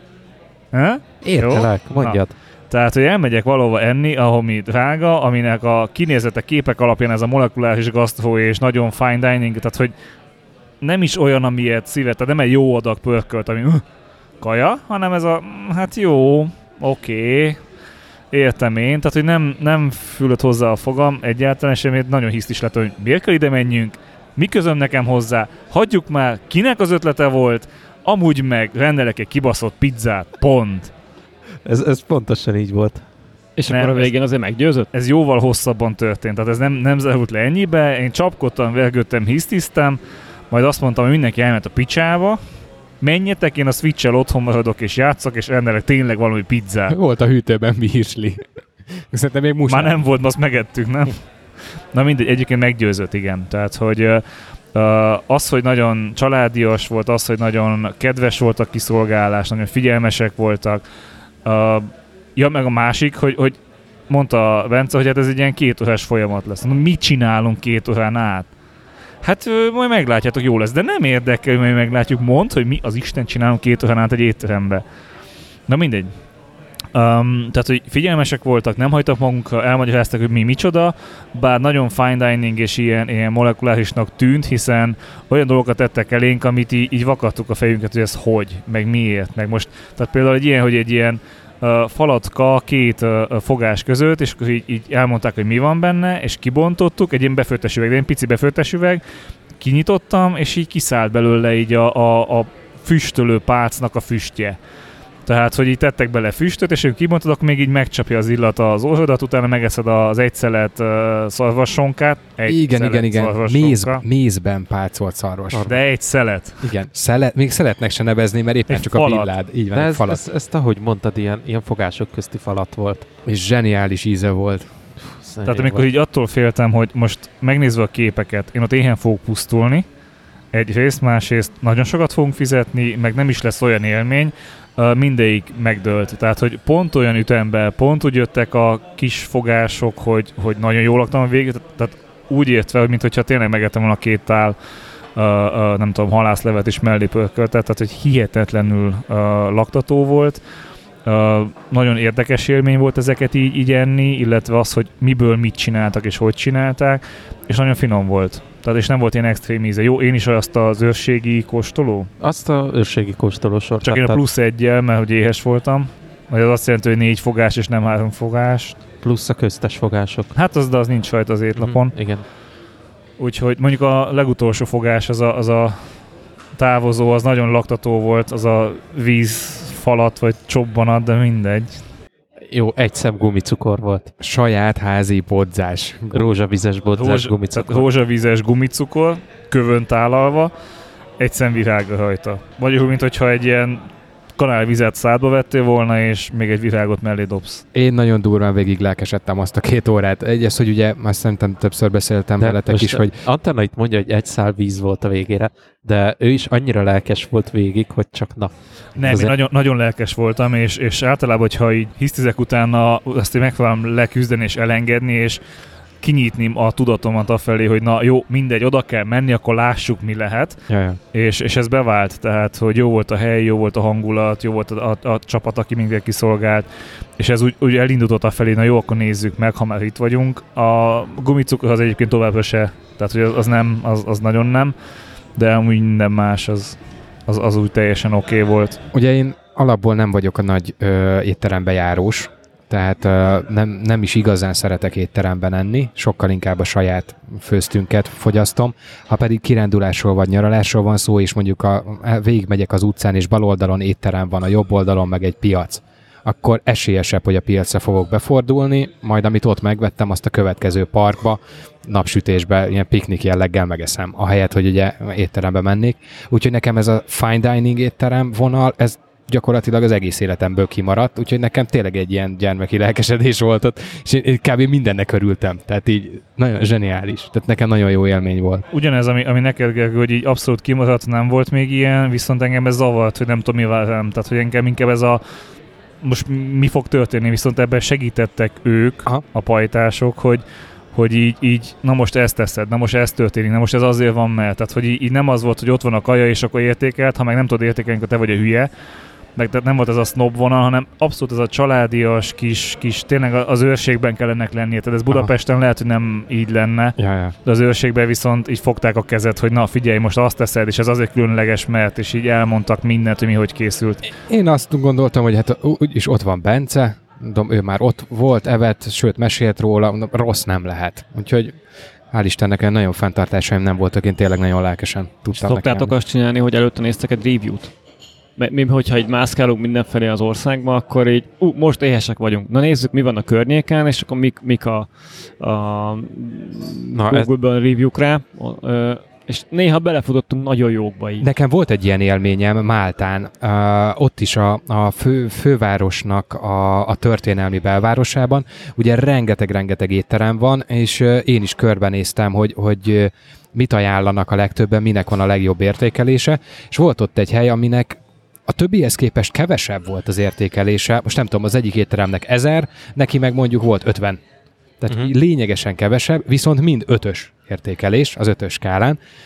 Értelek, mondjad. Na. Tehát, hogy elmegyek valahova enni, ahol mi drága, aminek a kinézete képek alapján ez a molekuláris gasztró és nagyon fine dining, tehát, hogy nem is olyan, amilyet szívet, tehát nem egy jó adag pörkölt, ami kaja, hanem ez a, hát jó, oké, értem én, tehát, hogy nem fülött hozzá a fogam egyáltalán, és nagyon hisztis lett, hogy miért kell ide menjünk, mi közöm nekem hozzá, hagyjuk már, kinek az ötlete volt, amúgy meg rendelek egy kibaszott pizzát, pont. Ez pontosan így volt. És nem, akkor a végén azért meggyőzött? Ez jóval hosszabban történt, tehát ez nem zárult le ennyibe, én csapkodtam, vergődtem, hisztisztem, majd azt mondtam, hogy mindenki elment a picsába, menjetek, én a Switch-el otthon maradok és játszok, és rendelek tényleg valami pizzát. Volt a hűtőben virsli. Szerintem még már nem volt, azt megettük, nem? Na mindegy, egyébként meggyőzött, igen. Tehát, hogy az, hogy nagyon családias volt, az, hogy nagyon kedves volt a kiszolgálás, nagyon figyelmesek voltak. Ja, meg a másik, hogy mondta Bence, hogy hát ez egy ilyen 2 órás folyamat lesz. Mit csinálunk 2 órán át? Hát majd meglátjátok, jó lesz. De nem érdekel, hogy majd meglátjuk. Mondd, hogy mi az Isten csinálunk 2 órán át egy étterembe. Na mindegy. Tehát, hogy figyelmesek voltak, nem hagytak magunkra, elmagyaráztak, hogy mi micsoda, bár nagyon fine dining és ilyen molekulárisnak tűnt, hiszen olyan dolgokat tettek elénk, amit így vakadtuk a fejünket, hogy ez hogy, meg miért, meg most. Tehát például egy ilyen falatka két fogás között, és így elmondták, hogy mi van benne, és kibontottuk, egy ilyen befőttes üveg, de egy pici befőttes üveg, kinyitottam, és így kiszállt belőle így a füstölő pálcnak a füstje. Tehát, hogy így tettek bele füstöt, és kibontod, akkor még így megcsapja az illat az orrodat, utána megeszed az egy szelet szarvassonkát. Igen. Mézben pácolt szarvas. De egy szelet. Igen, még szeletnek se nevezni, mert éppen egy csak falat. A pillád. Így van, de ezt, ahogy mondtad, ilyen fogások közti falat volt. És zseniális íze volt. Tehát amikor így attól féltem, hogy most megnézve a képeket, én ott éhen fogok pusztulni, egyrészt, másrészt nagyon sokat fogunk fizetni, meg nem is lesz olyan élmény, mindegyik megdőlt. Tehát, hogy pont olyan ütemben, pont úgy jöttek a kis fogások, hogy nagyon jól laktam a végét, tehát úgy értve, hogy mintha tényleg megettem volna 2 tál nem tudom, halászlevet is mellé pörköltet, tehát hogy hihetetlenül laktató volt. Nagyon érdekes élmény volt ezeket így enni, illetve az, hogy miből mit csináltak és hogy csinálták, és nagyon finom volt. Tehát és nem volt ilyen extrém íze. Jó, én is azt az őrségi kóstoló? Azt a őrségi kóstoló sort. Csak én a plusz 1-jel, mert hogy éhes voltam. Vagy az azt jelenti, hogy 4 fogás és nem 3 fogás. Plusz a köztes fogások. Hát de az nincs rajta az étlapon. Igen. Úgyhogy mondjuk a legutolsó fogás, az a távozó, az nagyon laktató volt, az a vízfalat vagy csobbanat, de mindegy. Jó, egy szem gumicukor volt. Saját házi bodzás. Rózsavizes bodzás gumicukor. Rózsavizes gumicukor, kövön tálalva, egy szem virágra rajta. Magyarul, mint hogyha egy ilyen kanálvizet szádba vettél volna, és még egy virágot mellé dobsz. Én nagyon durván végig lelkesedtem azt a 2 órát. Egyes, hogy ugye, már szerintem többször beszéltem veletek is, hogy... Antenna itt mondja, hogy 1 szál víz volt a végére, de ő is annyira lelkes volt végig, hogy csak na. Nem, én nagyon lelkes voltam, és általában, hogyha így hisztizek utána, azt én megpróbálom leküzdeni és elengedni, és kinyitni a tudatomat afelé, hogy na jó, mindegy, oda kell menni, akkor lássuk, mi lehet. Jaja. És ez bevált, tehát, hogy jó volt a hely, jó volt a hangulat, jó volt a csapat, aki minket kiszolgált, és ez úgy elindult afelé, na jó, akkor nézzük meg, ha már itt vagyunk. A gumicukor az egyébként továbbra se, tehát hogy az nagyon nem, de amúgy minden más, az úgy teljesen oké volt. Ugye én alapból nem vagyok a nagy étterembe járós, tehát nem is igazán szeretek étteremben enni, sokkal inkább a saját főztünket fogyasztom. Ha pedig kirándulásról vagy nyaralásról van szó, és mondjuk végigmegyek az utcán, és bal oldalon étterem van, a jobb oldalon meg egy piac, akkor esélyesebb, hogy a piacra fogok befordulni, majd amit ott megvettem, azt a következő parkba, napsütésbe, ilyen piknik jelleggel megeszem, ahelyett, hogy ugye étterembe mennék. Úgyhogy nekem ez a fine dining étterem vonal, ez gyakorlatilag az egész életemből kimaradt, úgyhogy nekem tényleg egy ilyen gyermeki lelkesedés volt ott, és én kb. Mindennek örültem, tehát így nagyon zseniális, tehát nekem nagyon jó élmény volt. Ugyanez, ami neked, Gergő, hogy így abszolút kimaradt, nem volt még ilyen, viszont engem ez zavart, hogy nem tudom mi várám, tehát hogy engem inkább ez a most mi fog történni, viszont ebben segítettek ők, a pajtások, hogy így, na most ezt teszed, na most ez történik, na most ez azért van, mert, tehát hogy így nem az volt, hogy ott van a kaja, és akkor értékelt, ha meg nem tudod értékelni, akkor te vagy a hülye, meg nem volt ez a snob vonal, hanem abszolút ez a családias, kis tényleg az őrségben kell ennek lennie. Tehát ez Budapesten lehet, hogy nem így lenne, de az őrségben viszont így fogták a kezet, hogy na figyelj, most azt teszed, és ez azért különleges, mert, és így elmondtak mindent, hogy mi hogy készült. Én azt gondoltam, hogy hát úgyis ott van Bence, ő már ott volt, evett, sőt mesélt róla, rossz nem lehet. Úgyhogy hál' Istennek nagyon fenntartásaim nem voltak, én tényleg nagyon lelkesen tudtam. Szoktátok azt csinálni, hogy előtte néztek egy review-t? Mi, hogyha így mászkálunk mindenfelé az országba, akkor így, most éhesek vagyunk. Na nézzük, mi van a környéken, és akkor mik a Google-ban review-k rá. És néha belefutottunk nagyon jókba így. Nekem volt egy ilyen élményem Máltán, ott is a fővárosnak a történelmi belvárosában. Ugye rengeteg étterem van, és én is körbenéztem, hogy mit ajánlanak a legtöbben, minek van a legjobb értékelése, és volt ott egy hely, aminek a többihez képest kevesebb volt az értékelése. Most nem tudom, az egyik étteremnek 1000, neki meg mondjuk volt 50. Tehát lényegesen kevesebb, viszont mind 5-ös értékelés, az 5-ös skálán.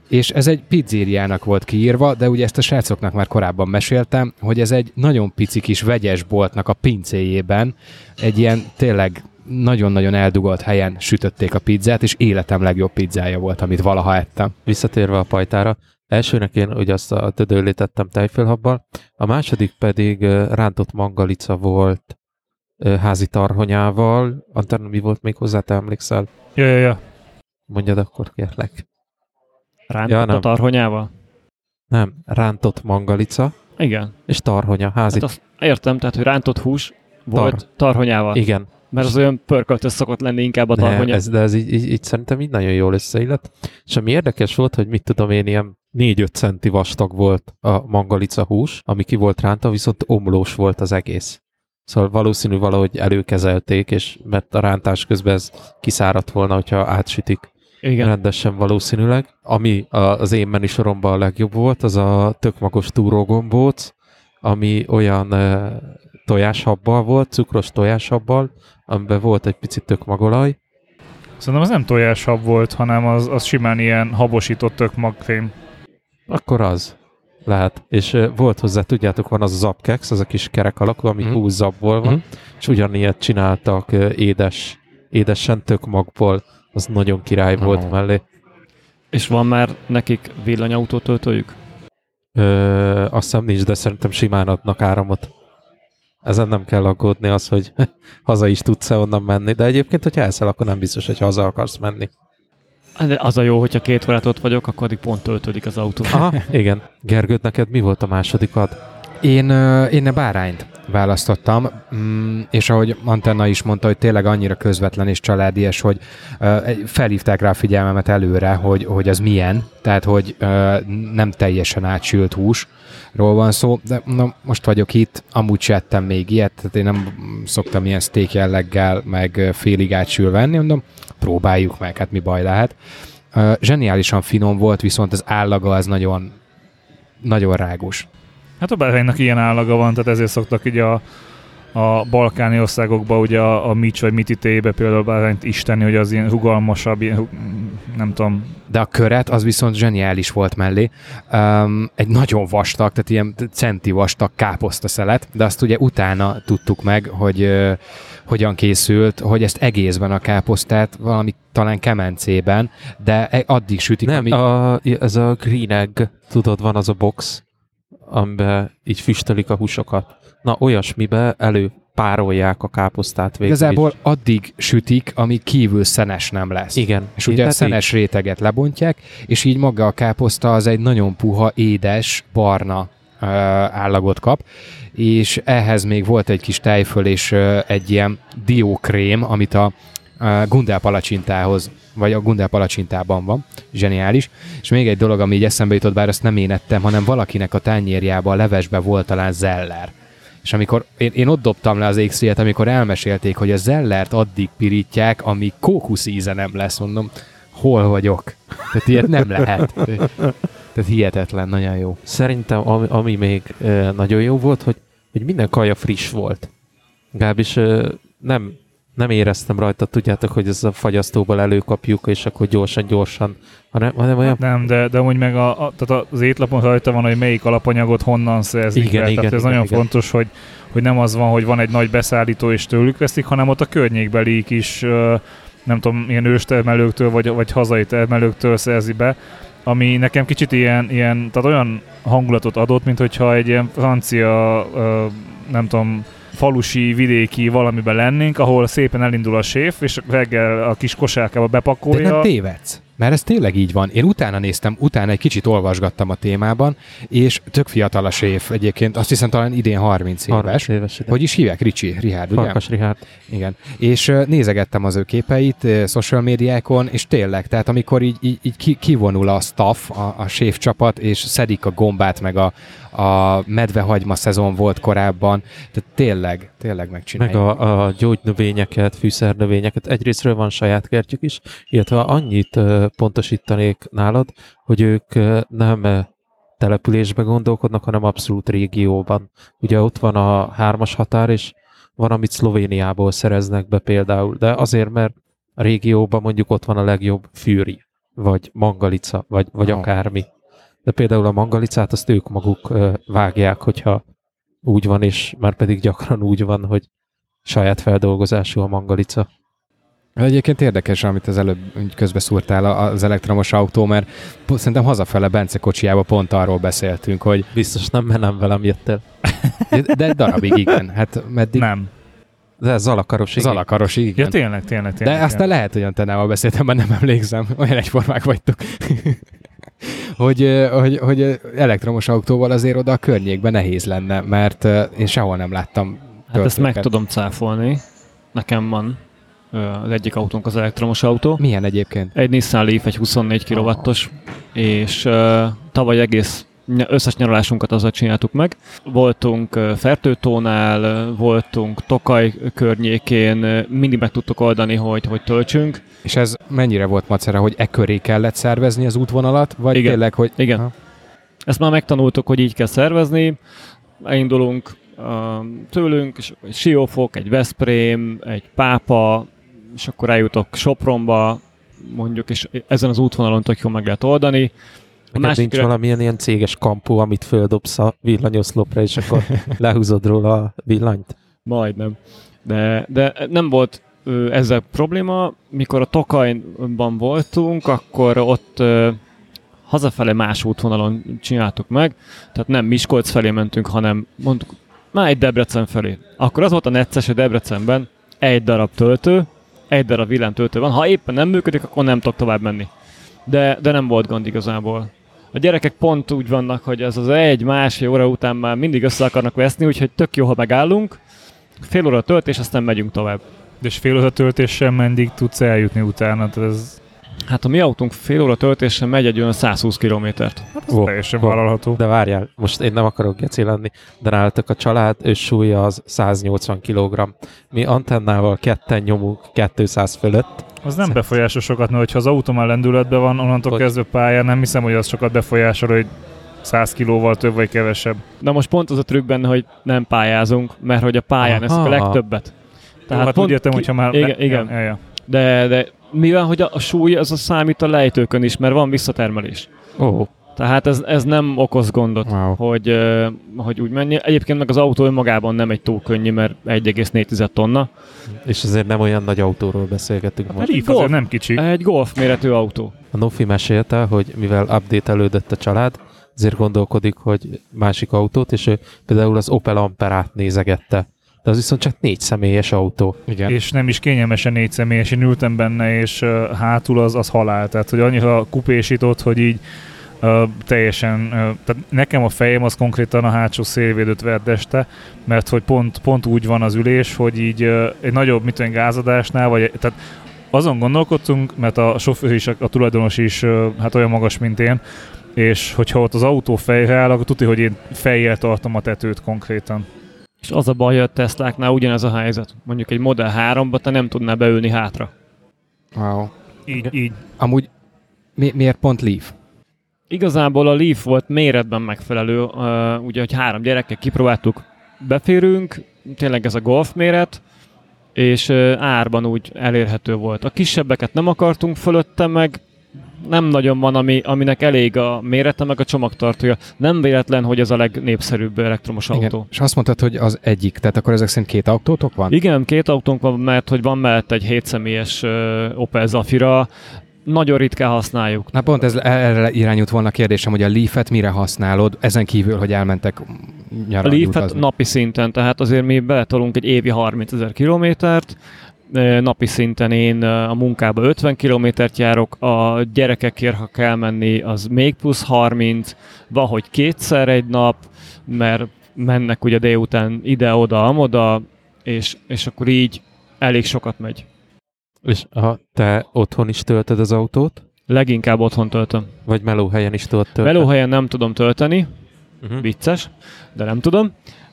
És ez egy pizzériának volt kiírva, de ugye ezt a srácoknak már korábban meséltem, hogy ez egy nagyon pici kis vegyes boltnak a pincéjében egy ilyen tényleg nagyon-nagyon eldugott helyen sütötték a pizzát, és életem legjobb pizzája volt, amit valaha ettem. Visszatérve a pajtára, elsőnek én ugye azt a tödőlét tettem tejfélhabbal, a második pedig rántott mangalica volt házi tarhonyával. Antal, mi volt még hozzá, te emlékszel? Ja. Mondjad akkor, kérlek. Rántott a tarhonyával? Nem, rántott mangalica. Igen. És tarhonya, házi. Hát értem, tehát hogy rántott hús volt tarhonyával. Igen. Mert az olyan pörköltös szokott lenni inkább a tarhonya. De ez így szerintem így nagyon jól összeillett. És ami érdekes volt, hogy mit tudom én, ilyen 4-5 centi vastag volt a mangalica hús, ami ki volt ránta, viszont omlós volt az egész. Szóval valószínű valahogy előkezelték, és mert a rántás közben ez kiszáradt volna, hogyha átsütik. Igen. Rendesen valószínűleg. Ami az én menisoromban a legjobb volt, az a tök magos túrógombóc, ami olyan tojáshabbal volt, cukros tojáshabbal, amiben volt egy picit tökmagolaj. Szerintem az nem tojáshab volt, hanem az simán ilyen habosított tökmagkrém. Akkor az. Lehet. És volt hozzá, tudjátok, van az a zapkex, az a kis kerek alakú, ami 20 zapból van, és ugyanilyet csináltak édesen tökmagból. Az nagyon király volt mellé. És van már nekik villanyautó töltőjük? Azt hiszem nincs, de szerintem simán adnak áramot. Ezen nem kell aggódni az, hogy haza is tudsz-e onnan menni, de egyébként, hogyha elszel, akkor nem biztos, hogy haza akarsz menni. De az a jó, hogyha 2 órát ott vagyok, akkor addig pont töltődik az autó. Aha, igen. Gergőd, neked mi volt a másodikad? Én a bárányt választottam, és ahogy Antenna is mondta, hogy tényleg annyira közvetlen és családies, hogy felhívták rá a figyelmemet előre, hogy az milyen, tehát hogy nem teljesen átsült húsról van szó, de most vagyok itt, amúgy se ettem még ilyet, tehát én nem szoktam ilyen steak jelleggel, meg félig átsül venni, mondom, próbáljuk meg, hát mi baj lehet. Zseniálisan finom volt, viszont az állaga az nagyon, nagyon rágos. Hát a báránynak ilyen állaga van, tehát ezért szoktak így a balkáni országokban ugye a mics vagy mititéjébe például bárányt is tenni, hogy az ilyen rugalmasabb, ilyen, nem tudom. De a köret az viszont zseniális volt mellé. Egy nagyon vastag, tehát ilyen centi vastag káposztaszelet, de azt ugye utána tudtuk meg, hogy hogyan készült, hogy ezt egészben a káposztát valami talán kemencében, de addig sütik, nem, ez a green egg, tudod, van az a box, amiben így füstölik a húsokat. Na, olyasmibe előpárolják a káposztát végül. Igazából addig sütik, amíg kívül szenes nem lesz. Igen. És ugye a szenes réteget lebontják, és így maga a káposzta az egy nagyon puha, édes, barna állagot kap, és ehhez még volt egy kis tejföl és egy ilyen diókrém, amit a Gundel palacsintához, vagy a Gundel palacsintában van, zseniális. És még egy dolog, ami így eszembe jutott, bár azt nem én ettem, hanem valakinek a tányérjában, a levesbe volt talán zeller. És amikor én ott dobtam le az X-Ray-et, amikor elmesélték, hogy a zellert addig pirítják, amíg kókusz íze nem lesz, mondom, hol vagyok? Tehát ilyet nem lehet. Tehát hihetetlen, nagyon jó. Szerintem ami még nagyon jó volt, hogy minden kaja friss volt. Legalábbis nem éreztem rajta, tudjátok, hogy ez a fagyasztóból előkapjuk, és akkor gyorsan, hanem olyan... Nem, de amúgy meg tehát az étlapon rajta van, hogy melyik alapanyagot honnan szerzik be. Tehát ez nagyon fontos, hogy nem az van, hogy van egy nagy beszállító, és tőlük veszik, hanem ott a környékbelik is, nem tudom, ilyen őstermelőktől, vagy hazai termelőktől szerzi be, ami nekem kicsit ilyen tehát olyan hangulatot adott, mint hogyha egy ilyen francia, nem tudom, falusi, vidéki valamiben lennénk, ahol szépen elindul a séf, és reggel a kis kosárkába bepakolja. De nem tévedsz, mert ez tényleg így van. Én utána néztem, utána egy kicsit olvasgattam a témában, és tök fiatal a séf egyébként, azt hiszem talán idén 30 éves. 30 éves hogy is hívják? Richard, ugye? Farkas Richard. Igen. És nézegettem az ő képeit social médiákon, és tényleg, tehát amikor így kivonul a staff, a séf csapat, és szedik a gombát, meg a medvehagyma szezon volt korábban, tehát tényleg megcsinálják. Meg a gyógynövényeket, fűszernövényeket, egyrésztről van saját kertjük is, illetve annyit pontosítanék nálad, hogy ők nem településbe gondolkodnak, hanem abszolút régióban. Ugye ott van a 3-as határ, és van, amit Szlovéniából szereznek be például, de azért, mert a régióban mondjuk ott van a legjobb fűri, vagy mangalica, vagy akármi. De például a mangalicát azt ők maguk vágják, hogyha úgy van, és már pedig gyakran úgy van, hogy saját feldolgozású a mangalica. Egyébként érdekes, amit az előbb közbeszúrtál az elektromos autó, mert szerintem hazafele Bence kocsijába pont arról beszéltünk, hogy... Biztos nem velem jöttél. De egy darabig igen. Hát meddig... Nem. De Zalakarosig. Zalakarosig, igen. Ja, tényleg. De aztán lehet, hogy Antennával beszéltem, mert nem emlékszem. Olyan egyformák vagytok. hogy elektromos autóval azért oda a környékben nehéz lenne, mert én sehol nem láttam töltőket. Hát ezt meg tudom cáfolni. Nekem van az egyik autónk az elektromos autó. Milyen egyébként? Egy Nissan Leaf, egy 24 kW-os, és tavaly egész összes nyaralásunkat azzal csináltuk meg. Voltunk Fertőtónál, voltunk Tokaj környékén, mindig meg tudtuk oldani, hogy töltsünk. És ez mennyire volt macera, hogy köré kellett szervezni az útvonalat, vagy igen. tényleg, hogy... Igen. Ha. Ezt már megtanultuk, hogy így kell szervezni. Elindulunk tőlünk, és egy Siófok, egy Veszprém, egy Pápa, és akkor eljutok Sopronba, mondjuk, és ezen az útvonalon tök jól meg lehet oldani. Nincs valamilyen ilyen céges kampó, amit földobsz a villanyoszlopra, és akkor lehúzod róla a villanyt? Majdnem. De nem volt ezzel probléma. Mikor a Tokajban voltunk, akkor ott hazafele más útvonalon csináltuk meg. Tehát nem Miskolc felé mentünk, hanem mondtuk, már egy Debrecen felé. Akkor az volt a necces, hogy Debrecenben egy darab töltő, egy darab villámtöltő van. Ha éppen nem működik, akkor nem tudok tovább menni. De nem volt gond igazából. A gyerekek pont úgy vannak, hogy ez az egy-másfél óra után már mindig össze akarnak veszni, úgyhogy tök jó, ha megállunk, fél óra töltés, aztán megyünk tovább. De és fél óra töltéssel mendig tudsz eljutni utána? Ez... Hát a mi autónk fél óra töltéssel megy egy olyan 120 kilométert. Hát ez teljesen vállalható. De várjál, most én nem akarok geci lenni, de nálatok a család súlya az 180 kg. Mi Antennával ketten nyomunk 200 fölött. Az nem befolyásol sokat, mert ha az autó már lendületben van, onnantól kezdve pályán, nem hiszem, hogy az sokat befolyásol, hogy 100 kilóval több vagy kevesebb. Na most pont az a trükk benne, hogy nem pályázunk, mert hogy a pályán eszik a legtöbbet. Tehát hát úgy értem, hogyha már... Igen. Ja. De mivel hogy a súly az a számít a lejtőkön is, mert van visszatermelés. Tehát ez nem okoz gondot, hogy úgy menjél. Egyébként meg az autó önmagában nem egy túl könnyű, mert 1,4 tonna. És azért nem olyan nagy autóról beszélgetünk most. Leaf azért nem kicsi. Egy Golf méretű autó. A Nofi mesélte, hogy mivel update-elődött a család, azért gondolkodik, hogy másik autót, és ő például az Opel Amperát nézegette. De az viszont csak 4 személyes autó. Igen. És nem is kényelmesen 4 személyes, én ültem benne, és hátul az halál. Tehát, hogy annyira kupésított, hogy így teljesen, tehát nekem a fejem az konkrétan a hátsó szélvédőt verdeste, mert hogy pont úgy van az ülés, hogy így egy nagyobb gázadásnál, vagy tehát azon gondolkodtunk, mert a sofőr is, a tulajdonos is hát olyan magas, mint én, és hogyha ott az autó fejre áll, akkor tudja, hogy én fejjel tartom a tetőt konkrétan. És az a baj, hogy a Tesláknál ugyanez a helyzet. Mondjuk egy Model 3-ba te nem tudnál beülni hátra. Wow. Így. Amúgy miért pont Leaf? Igazából a Leaf volt méretben megfelelő, ugye, hogy 3 gyerekkel kipróbáltuk, beférünk, tényleg ez a Golf méret, és árban úgy elérhető volt. A kisebbeket nem akartunk fölötte, meg nem nagyon van, aminek elég a mérete, meg a csomagtartója. Nem véletlen, hogy ez a legnépszerűbb elektromos autó. Igen. És azt mondtad, hogy az egyik, tehát akkor ezek szerint 2 autótok van? Igen, 2 autónk van, mert hogy van mellett egy 7 személyes Opel Zafira, nagyon ritkán használjuk. Na pont erre irányult volna a kérdésem, hogy a Leaf-et mire használod, ezen kívül, hogy elmentek nyaralni, A Leaf-et napi szinten, tehát azért mi beletolunk egy évi 30 000 kilométert, napi szinten én a munkába 50 kilométert járok, a gyerekekért, ha kell menni, az még plusz 30, van, hogy 2-szer egy nap, mert mennek ugye délután ide-oda, amoda, és akkor így elég sokat megy. És te otthon is töltöd az autót? Leginkább otthon töltöm. Vagy melóhelyen is tudod tölteni? Melóhelyen nem tudom tölteni, vicces, de nem tudom.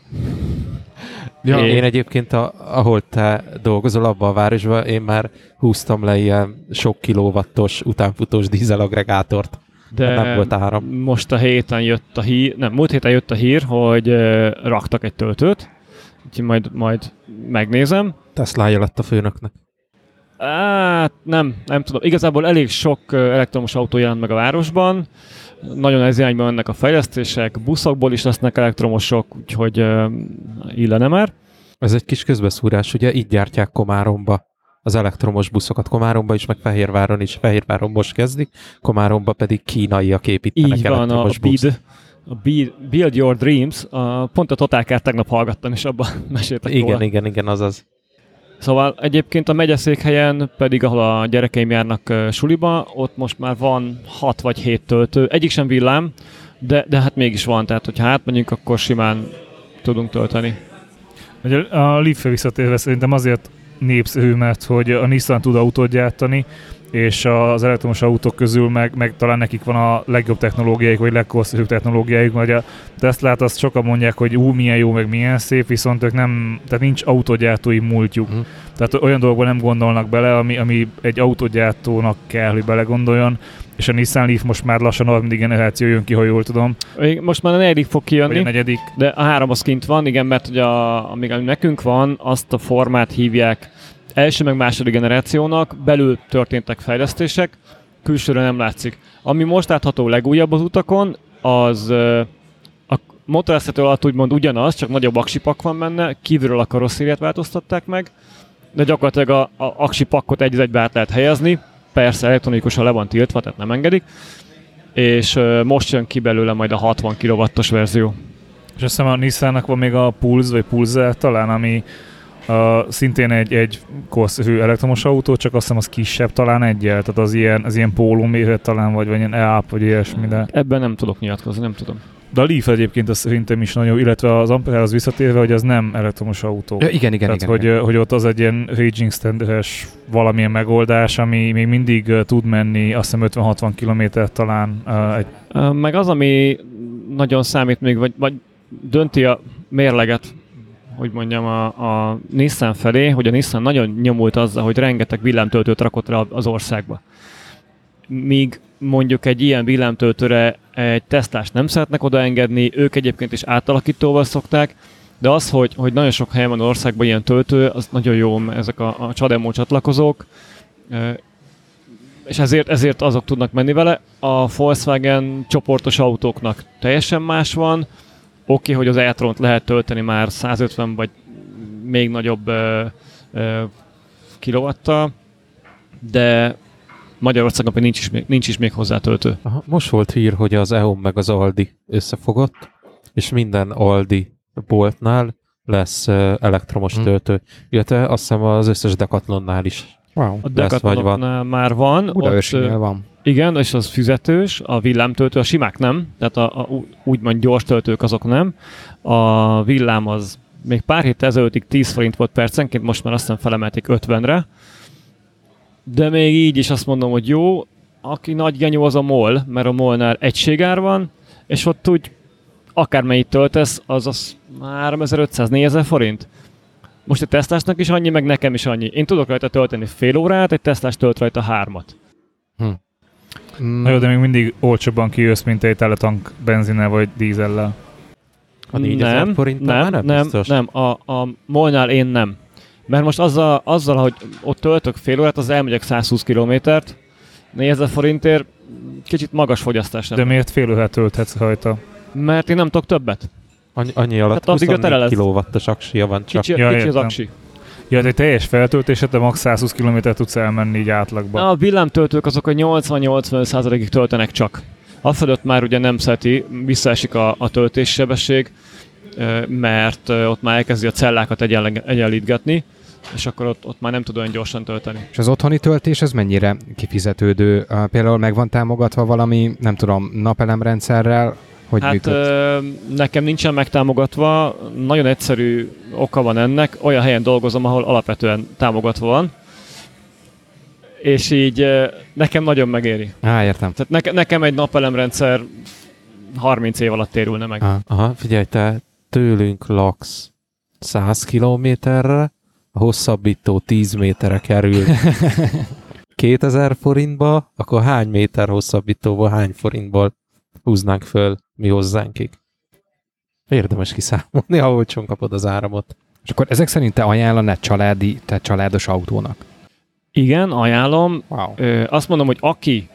Ja, én egyébként, ahol te dolgozol abban a városban, én már húztam le ilyen sok kilowattos utánfutós dízelagregátort. De nem volt áram. Most a héten jött a hír, múlt héten jött a hír, hogy raktak egy töltőt, úgyhogy majd megnézem. Teslája lett a főnöknek. Nem tudom. Igazából elég sok elektromos autó jelent meg a városban. Nagyon ez irányban mennek a fejlesztések, buszokból is lesznek elektromosok, úgyhogy illene már. Ez egy kis közbeszúrás, ugye így gyártják Komáromba az elektromos buszokat. Komáromba is, meg Fehérváron is. Fehérváron most kezdik, Komáromba pedig kínaiak építenek így van, elektromos buszt. A Build Your Dreams, pont a Totálkárt tegnap hallgattam, és abban meséltek róla. Igen, azaz. Szóval egyébként a megyeszékhelyen pedig, ahol a gyerekeim járnak suliba, ott most már van 6 vagy 7 töltő. Egyik sem villám, de hát mégis van, tehát hogyha átmegyünk, akkor simán tudunk tölteni. A Leaf-e visszatérve szerintem azért népszerű, mert hogy a Nissan tud autót gyártani, és az elektromos autók közül meg talán nekik van a legjobb technológiájuk, vagy legkorszerűbb technológiájuk, vagy a Teslát azt sokan mondják, hogy milyen jó, meg milyen szép, viszont ők nem, tehát nincs autógyártói múltjuk. Tehát olyan dolgokban nem gondolnak bele, ami egy autógyártónak kell, hogy belegondoljon, és a Nissan Leaf most már lassan a mindig generáció jön ki, ha jól tudom. Most már a 4. fog kijönni, a 4. de a 3 az kint van, igen, mert ugye ami nekünk van, azt a formát hívják első meg második generációnak, belül történtek fejlesztések, külsőre nem látszik. Ami most látható legújabb az utakon, az a motoresztető alatt úgymond ugyanaz, csak nagyobb aksipak van benne, kívülről a karosszériát változtatták meg, de gyakorlatilag a aksipakkot egy-egybe át lehet helyezni, persze elektronikusan le van tiltva, tehát nem engedik, és most jön ki belőle majd a 60 kW-os verzió. És azt hiszem a Nissannak van még a Pulse, vagy Pulsar talán, ami szintén egy korszerű elektromos autó, csak azt hiszem az kisebb talán egyel, tehát az ilyen póló méret talán, vagy ilyen EAP, vagy ilyesmi, de... Ebben nem tudok nyilatkozni, nem tudom. De a Leaf egyébként az szerintem is nagyon jó, illetve az Ampere-hoz visszatérve, hogy az nem elektromos autó. Ja, igen. Hogy ott az egy ilyen raging standard-es valamilyen megoldás, ami még mindig tud menni, azt hiszem 50-60 kilométert talán. Meg az, ami nagyon számít még, vagy dönti a mérleget, hogy mondjam, a Nissan felé, hogy a Nissan nagyon nyomult azzal, hogy rengeteg villámtöltőt rakott rá az országba. Míg mondjuk egy ilyen villámtöltőre egy Teslát nem szeretnek odaengedni, ők egyébként is átalakítóval szokták, de az, hogy nagyon sok helyen van az országban ilyen töltő, az nagyon jó, ezek a CHAdeMO csatlakozók, és ezért azok tudnak menni vele. A Volkswagen csoportos autóknak teljesen más van. Oké, hogy az e-tront lehet tölteni már 150 vagy még nagyobb kilovattal, de Magyarországon nincs is még hozzá töltő. Aha, most volt hír, hogy az EON meg az Aldi összefogott, és minden Aldi boltnál lesz elektromos töltő, illetve azt hiszem az összes Decathlonnál is. Wow. A Decathlonnál már van. Budaörsinél van. Igen, és az füzetős, a villámtöltő, a simák nem, tehát úgymond gyors töltők azok nem. A villám az még pár héttel ezelőttig 10 forint volt percenként, most már azt hiszem felemelték 50-re. De még így is azt mondom, hogy jó, aki nagy genyó az a MOL, mert a MOL-nál egységár van, és ott úgy akármelyik töltesz, az 3500-4000 forint. Most egy Teslásnak is annyi, meg nekem is annyi. Én tudok rajta tölteni fél órát, egy Teslás tölt rajta 3-at. Na jó, de még mindig olcsóbban kijössz, mint egy teletank benzinnel vagy dízellel. A 4000 forinttal már nem biztos? Nem, a MOL-nál én nem. Mert most azzal, hogy ott töltök fél órát, az elmegyek 120 kilométert, 4000 forintért kicsit magas fogyasztás. De miért fél órát tölthetsz rajta? Mert én nem tudok többet. Annyi alatt 24 kilowattos aksia van csak. Kicsi az aksi. Ja, egy teljes feltöltésed, de max 120 km tudsz elmenni így átlagban. A villámtöltők azok a 80-85%-ig töltenek csak. Afölött már ugye nem szereti, visszaesik a töltéssebesség, mert ott már elkezdi a cellákat egyenlítgetni, és akkor ott már nem tud olyan gyorsan tölteni. És az otthoni töltés, ez mennyire kifizetődő? Például meg van támogatva valami, nem tudom, napelemrendszerrel? Hogy nekem nincsen megtámogatva, nagyon egyszerű oka van ennek, olyan helyen dolgozom, ahol alapvetően támogatva van, és így nekem nagyon megéri. Értem. Tehát nekem egy napelemrendszer 30 év alatt térülne meg. Aha, figyelj, te tőlünk laksz 100 kilométerre, a hosszabbító 10 méterre kerül 2000 forintba, akkor hány méter hosszabbítóból, hány forintból húznánk föl mi hozzánkig? Érdemes kiszámolni, ha olcsón kapod az áramot. És akkor ezek szerint te ajánlanál családos autónak? Igen, ajánlom. Wow. Azt mondom, hogy aki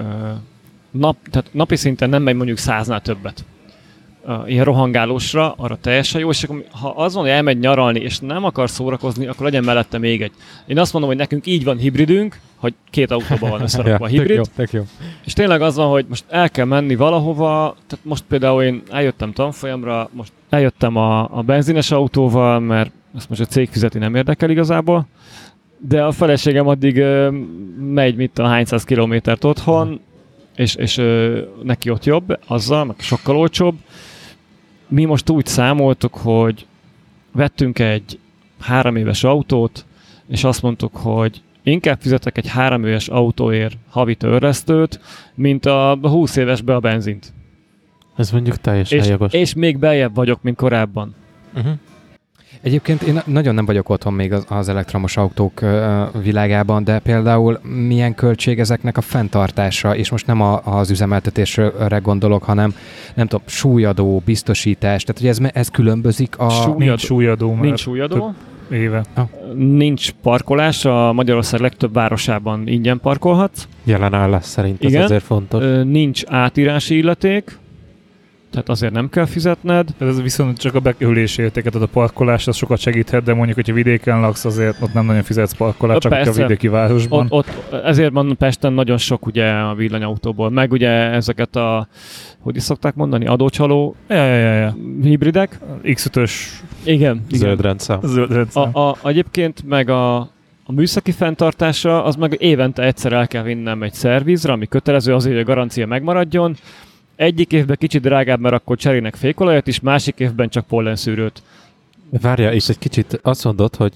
tehát napi szinten nem megy mondjuk 100-nál többet ilyen rohangálósra, arra teljesen jó, és akkor, ha az van, hogy elmegy nyaralni, és nem akar szórakozni, akkor legyen mellette még egy. Én azt mondom, hogy nekünk így van hibridünk, hogy 2 autóban van összerakva a hibrid. Tök jó. És tényleg az van, hogy most el kell menni valahova, tehát most például én eljöttem tanfolyamra, most eljöttem a benzines autóval, mert ezt most a cég fizeti, nem érdekel igazából, de a feleségem addig megy mit a hány száz kilométert otthon, és neki ott jobb, azzal, meg sokkal olcsóbb. Mi most úgy számoltuk, hogy vettünk egy 3 éves autót, és azt mondtuk, hogy inkább fizetek egy 3 éves autóért havi törlesztőt, mint a 20 évesbe a benzint. Ez mondjuk teljesen jogos. És még beljebb vagyok, mint korábban. Egyébként én nagyon nem vagyok otthon még az elektromos autók világában, de például milyen költség ezeknek a fenntartása, és most nem az üzemeltetésre gondolok, hanem nem tudom, súlyadó, biztosítás, tehát hogy ez különbözik a... Nincs súlyadó. Nincs súlyadó. Éve. Nincs parkolás, a Magyarország legtöbb városában ingyen parkolhatsz. Jelen állás szerint ez azért fontos. Nincs átírási illeték, tehát azért nem kell fizetned. Ez viszont csak a bekerülési értéket, tehát a parkolás az sokat segíthet, de mondjuk, hogyha vidéken laksz, azért ott nem nagyon fizetsz parkolást, csak a vidéki városban. Ott, ezért van Pesten nagyon sok ugye a villanyautóból, meg ugye ezeket hogy is szokták mondani, adócsaló hibridek. X5-ös. Igen. Zöld rendszám. Egyébként meg a műszaki fenntartása, az meg évente egyszer el kell vinnem egy szervizre, ami kötelező azért, hogy a garancia megmaradjon. Egyik évben kicsit drágább, mert akkor cserélnek fékolajat is, másik évben csak pollenszűrőt. Várja, és egy kicsit azt mondod, hogy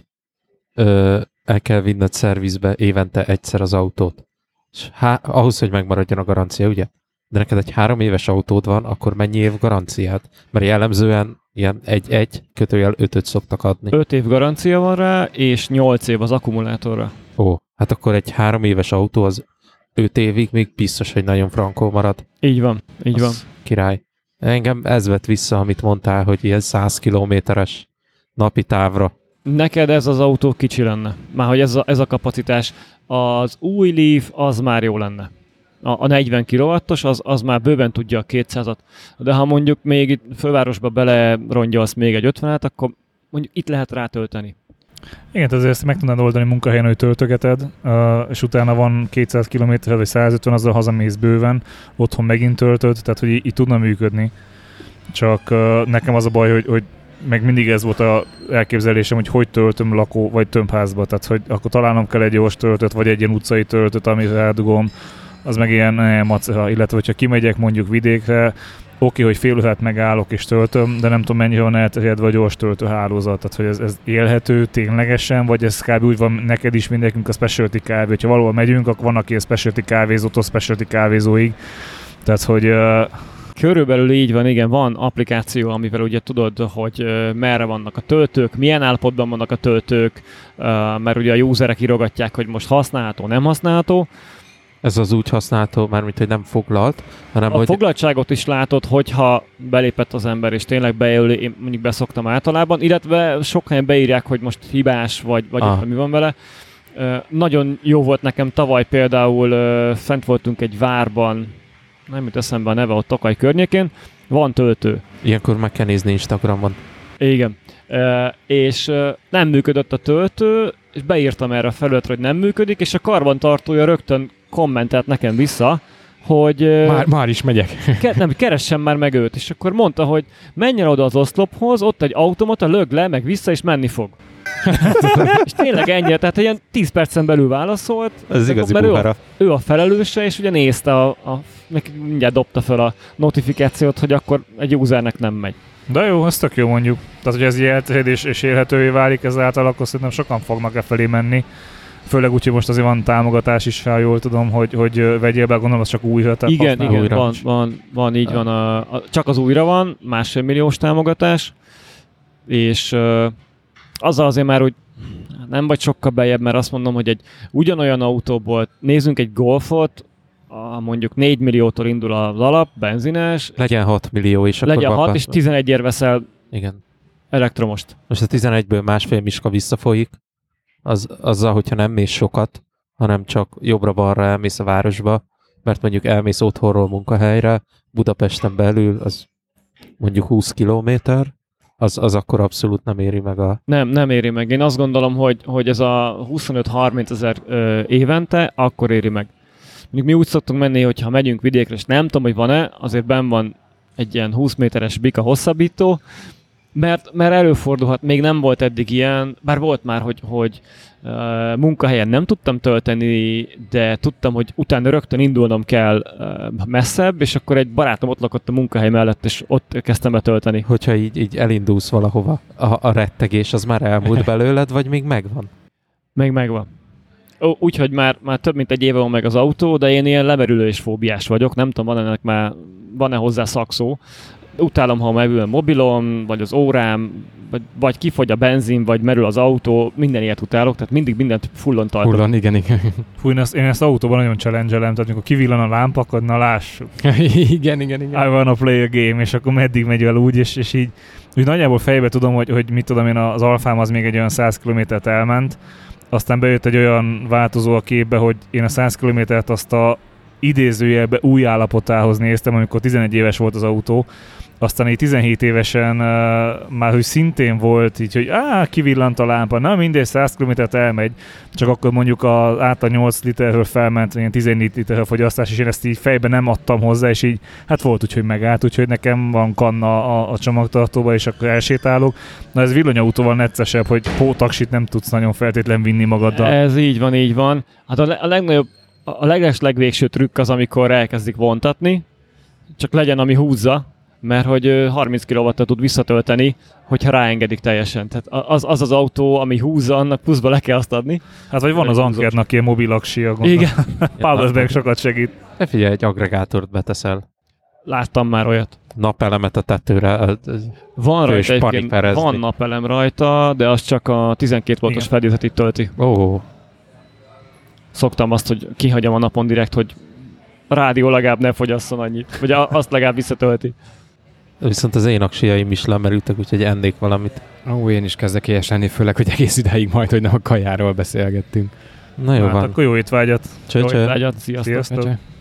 el kell vinned szervizbe évente egyszer az autót. És ahhoz, hogy megmaradjon a garancia, ugye? De neked egy 3 éves autód van, akkor mennyi év garanciád? Mert jellemzően ilyen 1-5-öt szoktak adni. 5 év garancia van rá, és 8 év az akkumulátorra. Ó, hát akkor egy 3 éves autó az 5 évig még biztos, hogy nagyon frankó marad. Így van. Király. Engem ez vett vissza, amit mondtál, hogy ilyen 100 kilométeres napi távra. Neked ez az autó kicsi lenne. Már hogy ez a kapacitás. Az új Leaf az már jó lenne. A 40 kW-os az már bőven tudja a 200-at. De ha mondjuk még itt fővárosba belerongyolsz még egy 50-et, akkor mondjuk itt lehet rátölteni. Igen, azért ezt meg tudnád oldani munkahelyen, hogy töltögeted, és utána van 200 km vagy 150, azzal hazamész bőven, otthon megint töltöd, tehát hogy így tudna működni. Csak nekem az a baj, hogy meg mindig ez volt az elképzelésem, hogy töltöm lakó vagy tömbházba, tehát hogy akkor találnom kell egy gyors töltőt, vagy egy ilyen utcai töltőt, amit eldugom, az meg ilyen maceha, illetve hogyha kimegyek mondjuk vidékre, oké, hogy fél órát megállok és töltöm, de nem tudom mennyire van elterjedve a gyors töltőhálózat, tehát hogy ez élhető ténylegesen, vagy ez kb. Úgy van neked is, mindenkünk a specialty kávé, hogyha valahol megyünk, akkor van, aki a specialty kávézótól specialty kávézóig, tehát hogy... Körülbelül így van, igen, van applikáció, amivel ugye tudod, hogy merre vannak a töltők, milyen állapotban vannak a töltők, mert ugye a userek írogatják, hogy most használható, nem használható. Ez az úgy használható, mármint, hogy nem foglalt, hanem a foglaltságot is látod, hogyha belépett az ember, és tényleg bejelöli, én mondjuk beszoktam általában, illetve sok helyen beírják, hogy most hibás, vagy mi van vele. Nagyon jó volt nekem tavaly például, fent voltunk egy várban, nem jut eszembe a neve, ott Tokaj környékén, van töltő. Ilyenkor meg kell nézni Instagramon. Igen. És nem működött a töltő, és beírtam erre a felületre, hogy nem működik, és a karbantartója rögtön kommentelt nekem vissza, hogy... Már is megyek. Keressem már meg őt. És akkor mondta, hogy menj el oda az oszlophoz, ott egy automata, lögd le, meg vissza, és menni fog. És tényleg ennyi, tehát ilyen 10 percen belül válaszolt. Ez igazi buhára. Ő a felelőse, és ugye nézte, neki mindjárt dobta fel a notifikációt, hogy akkor egy usernek nem megy. De jó, ez tök jó mondjuk. Tehát, hogy ez ilyen elterjedés és élhetővé válik ezáltal, akkor szerintem sokan fognak e felé menni. Főleg úgy, hogy most azért van támogatás is, ha jól tudom, hogy vegyél be, gondolom, az csak újra. Igen, van, így van. Csak az újra van, 1,5 milliós támogatás, és azzal azért már úgy nem vagy sokkal bejebb, mert azt mondom, hogy egy ugyanolyan autóból nézzünk egy Golfot, mondjuk 4 milliótól indul az alap, benzines. Legyen 6 millió, és akkor... Legyen 6, és 11-ért veszel elektromost. Most a 11-ből 1,5 miska visszafolyik, azzal, hogyha nem mész sokat, hanem csak jobbra-balra elmész a városba, mert mondjuk elmész otthonról munkahelyre, Budapesten belül az mondjuk 20 kilométer, az akkor abszolút nem éri meg a... Nem éri meg. Én azt gondolom, hogy ez a 25-30 ezer évente, akkor éri meg. Mondjuk mi úgy szoktunk menni, hogyha megyünk vidékre, és nem tudom, hogy van-e, azért benn van egy ilyen 20 méteres bika hosszabbító, mert előfordulhat, még nem volt eddig ilyen, bár volt már, hogy munkahelyen nem tudtam tölteni, de tudtam, hogy utána rögtön indulnom kell messzebb, és akkor egy barátom ott lakott a munkahely mellett, és ott kezdtem betölteni. Hogyha így elindulsz valahova, a rettegés az már elmúlt belőled, vagy még megvan? Még megvan. Úgyhogy már több mint egy éve van meg az autó, de én ilyen lemerülő és fóbiás vagyok, nem tudom, van-e hozzá szakszó. Utálom, ha megül a mobilom, vagy az órám, vagy kifogy a benzin, vagy merül az autó, minden ilyet utálok, tehát mindig mindent fullon tartom. Fullon, igen. Fú, én ezt autóban nagyon challenge-elem, tehát amikor kivillan a lámpa, akkor na lássuk. igen. I wanna play a game, és akkor meddig megy el úgy, és így úgy nagyjából fejbe tudom, hogy mit tudom én, az Alfám az még egy olyan 100 kilométert elment, aztán bejött egy olyan változó a képbe, hogy én a 100 kilométert azt a idézőjelbe új állapotához néztem, amikor 11 éves volt az autó, aztán így 17 évesen már, hogy szintén volt így, hogy kivillant a lámpa, na mindegy, 100 km-t elmegy, csak akkor mondjuk az átlag 8 literről felment, ilyen 14 literről fogyasztás, és én ezt így fejben nem adtam hozzá, és így hát volt úgy, hogy megállt, úgyhogy nekem van kanna a csomagtartóba, és akkor elsétálok. Na ez villanyautóval neccesebb, hogy pótaksit nem tudsz nagyon feltétlen vinni magaddal. Ez így van. Hát a legvégső trükk az, amikor elkezdik vontatni, csak legyen, ami húzza, mert hogy 30 kW-t tud visszatölteni, hogyha ráengedik teljesen. Tehát az autó, ami húzza, annak pluszba le kell azt adni. Hát vagy van az Ankernak ilyen mobil aksia, gondolom. Igen. Powerbank sokat segít. De figyelj, egy aggregátort beteszel. Láttam már olyat. Napelemet a tetőre. Van rajta van napelem rajta, de az csak a 12 voltos fedélzetit tölti. Szoktam azt, hogy kihagyom a napon direkt, hogy a rádió legalább ne fogyasszon annyit, vagy azt legalább visszatölti. Viszont az én aksiaim is lemerültek, úgyhogy ennék valamit. Én is kezdek éhes lenni, főleg, hogy egész idáig majd, hogy nem a kajáról beszélgettünk. Na jó van. Akkor jó étvágyat. Cső. Sziasztok.